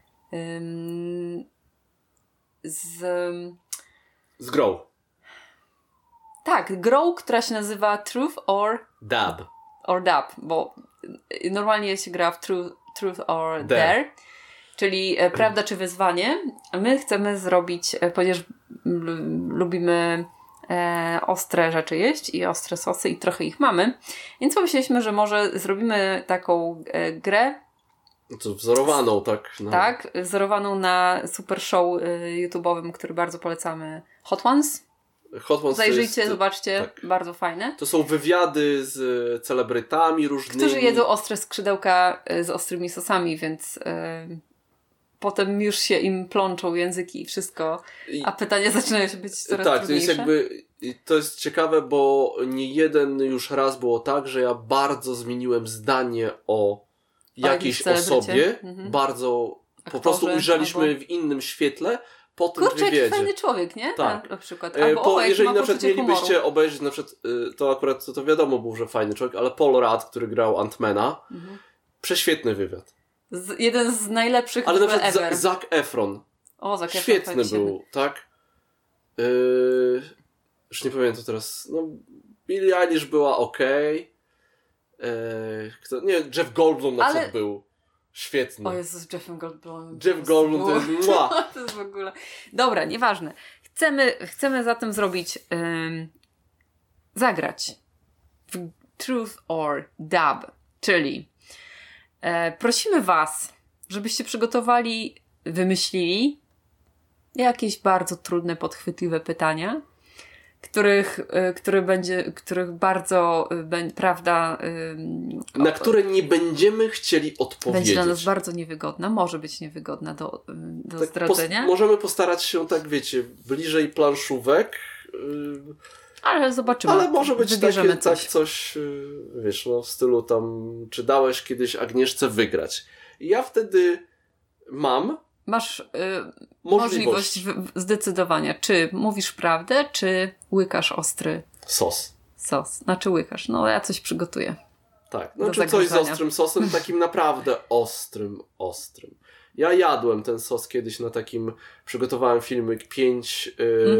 z grą. Tak, grą, która się nazywa Truth or Dab. Bo normalnie się gra w Truth or Dare, czyli prawda czy wyzwanie. My chcemy zrobić, ponieważ lubimy ostre rzeczy jeść i ostre sosy i trochę ich mamy, więc pomyśleliśmy, że może zrobimy taką grę. To wzorowaną, tak? No. Tak, wzorowaną na super show YouTube'owym, który bardzo polecamy. Hot Ones. Zajrzyjcie, zobaczcie, tak. Bardzo fajne. To są wywiady z celebrytami różnymi. Którzy jedzą ostre skrzydełka z ostrymi sosami, więc potem już się im plączą języki i wszystko, a pytania zaczynają się być coraz trudniejsze. Tak, to jest ciekawe, bo nie jeden już raz było tak, że ja bardzo zmieniłem zdanie o jakiejś osobie. Bardzo aktorze, po prostu ujrzeliśmy w innym świetle po tym wywiedzie. Jaki fajny człowiek, nie? Tak. Na przykład. Jeżeli na przykład mielibyście obejrzeć, na przykład, to akurat to wiadomo był, że fajny człowiek, ale Paul Rudd, który grał Ant-Mana, prześwietny wywiad. Jeden z najlepszych ale na przykład ever. Zac Efron. O, Zac Efron. Świetny był, tak? Już nie pamiętam teraz. No, Billie Eilish była okej. Jeff Goldblum na przykład był świetny. O Jezus, z Jeffem Goldblumem. Jeff Goldblum to jest mła. To jest w ogóle... Dobra, nieważne. Chcemy zatem zrobić zagrać w Truth or Dab, czyli prosimy was, żebyście przygotowali, wymyślili jakieś bardzo trudne, podchwytliwe pytania, których bardzo, prawda... na które nie będziemy chcieli odpowiedzieć. Będzie dla nas bardzo niewygodna, może być niewygodna do tak zdradzenia. Możemy postarać się, tak wiecie, bliżej planszówek. Ale zobaczymy. Ale może być coś, wiesz, no w stylu tam, czy dałeś kiedyś Agnieszce wygrać. I ja wtedy Masz możliwość zdecydowania, czy mówisz prawdę, czy łykasz ostry sos. Znaczy łykasz. No ja coś przygotuję. Tak, znaczy coś z ostrym sosem, takim naprawdę ostrym. Ja jadłem ten sos kiedyś na takim, przygotowałem filmik 5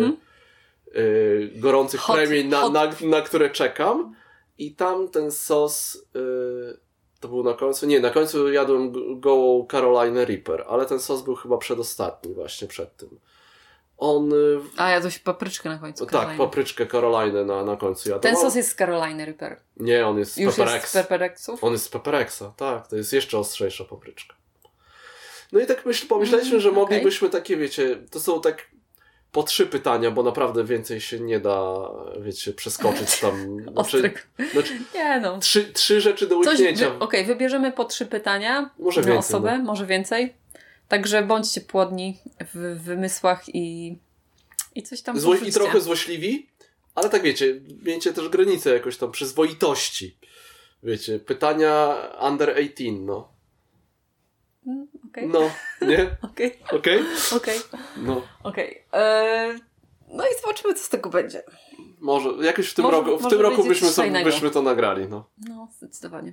gorących premii, na które czekam i tam ten sos... To był na końcu? Nie, na końcu jadłem gołą Carolina Reaper, ale ten sos był chyba przedostatni właśnie przed tym. Jadłeś papryczkę na końcu. Tak, papryczkę Carolina na końcu jadłem. Ten sos jest z Carolina Reaper. Nie, on jest z Pepper X. Jest z Pepper-Xów? On jest z Pepper Xa, tak. To jest jeszcze ostrzejsza papryczka. No i tak pomyśleliśmy, że moglibyśmy takie, wiecie, to są tak po 3 pytania, bo naprawdę więcej się nie da, wiecie, przeskoczyć tam. Nie no. 3 rzeczy do łyknięcia. Wybierzemy po 3 pytania może na więcej, osobę, może więcej. Także bądźcie płodni w wymysłach i coś tam I trochę złośliwi, ale tak wiecie, miejcie też granicę jakoś tam przyzwoitości. Wiecie, pytania under 18, no. Okay. No, nie? Okej. No. No i zobaczymy, co z tego będzie. Może jakoś w tym roku byśmy to nagrali. No, zdecydowanie.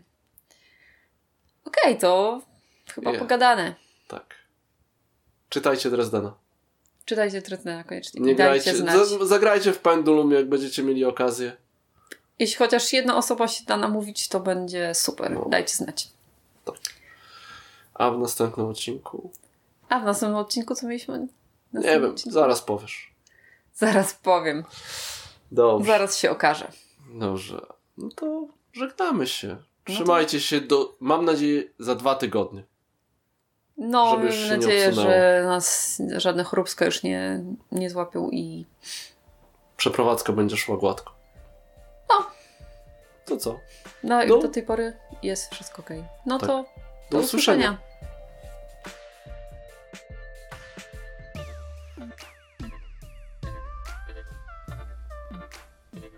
To chyba pogadane. Tak. Czytajcie Dresdena. Koniecznie. Nie grajcie. Zagrajcie w Pendulum, jak będziecie mieli okazję. Jeśli chociaż jedna osoba się da namówić, to będzie super. No. Dajcie znać. Tak. A w następnym odcinku? Co mieliśmy? Nie wiem, zaraz powiesz. Zaraz powiem. Dobrze. Zaraz się okaże. Dobrze. No to żegnamy się. Trzymajcie się mam nadzieję, za 2 tygodnie. No, mam nadzieję, że nas żadne choróbska już nie złapią i... Przeprowadzka będzie szła gładko. No. To co? No i do tej pory jest wszystko okej. No tak. To do usłyszenia.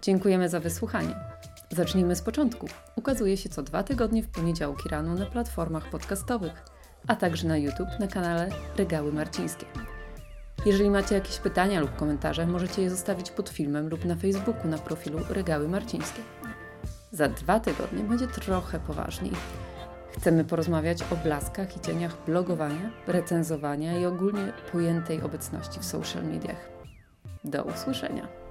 Dziękujemy za wysłuchanie. Zacznijmy z początku. Ukazuje się co 2 tygodnie w poniedziałki rano na platformach podcastowych, a także na YouTube na kanale Regały Marcińskie. Jeżeli macie jakieś pytania lub komentarze, możecie je zostawić pod filmem lub na Facebooku na profilu Regały Marcińskie. Za 2 tygodnie będzie trochę poważniej. Chcemy porozmawiać o blaskach i cieniach blogowania, recenzowania i ogólnie pojętej obecności w social mediach. Do usłyszenia.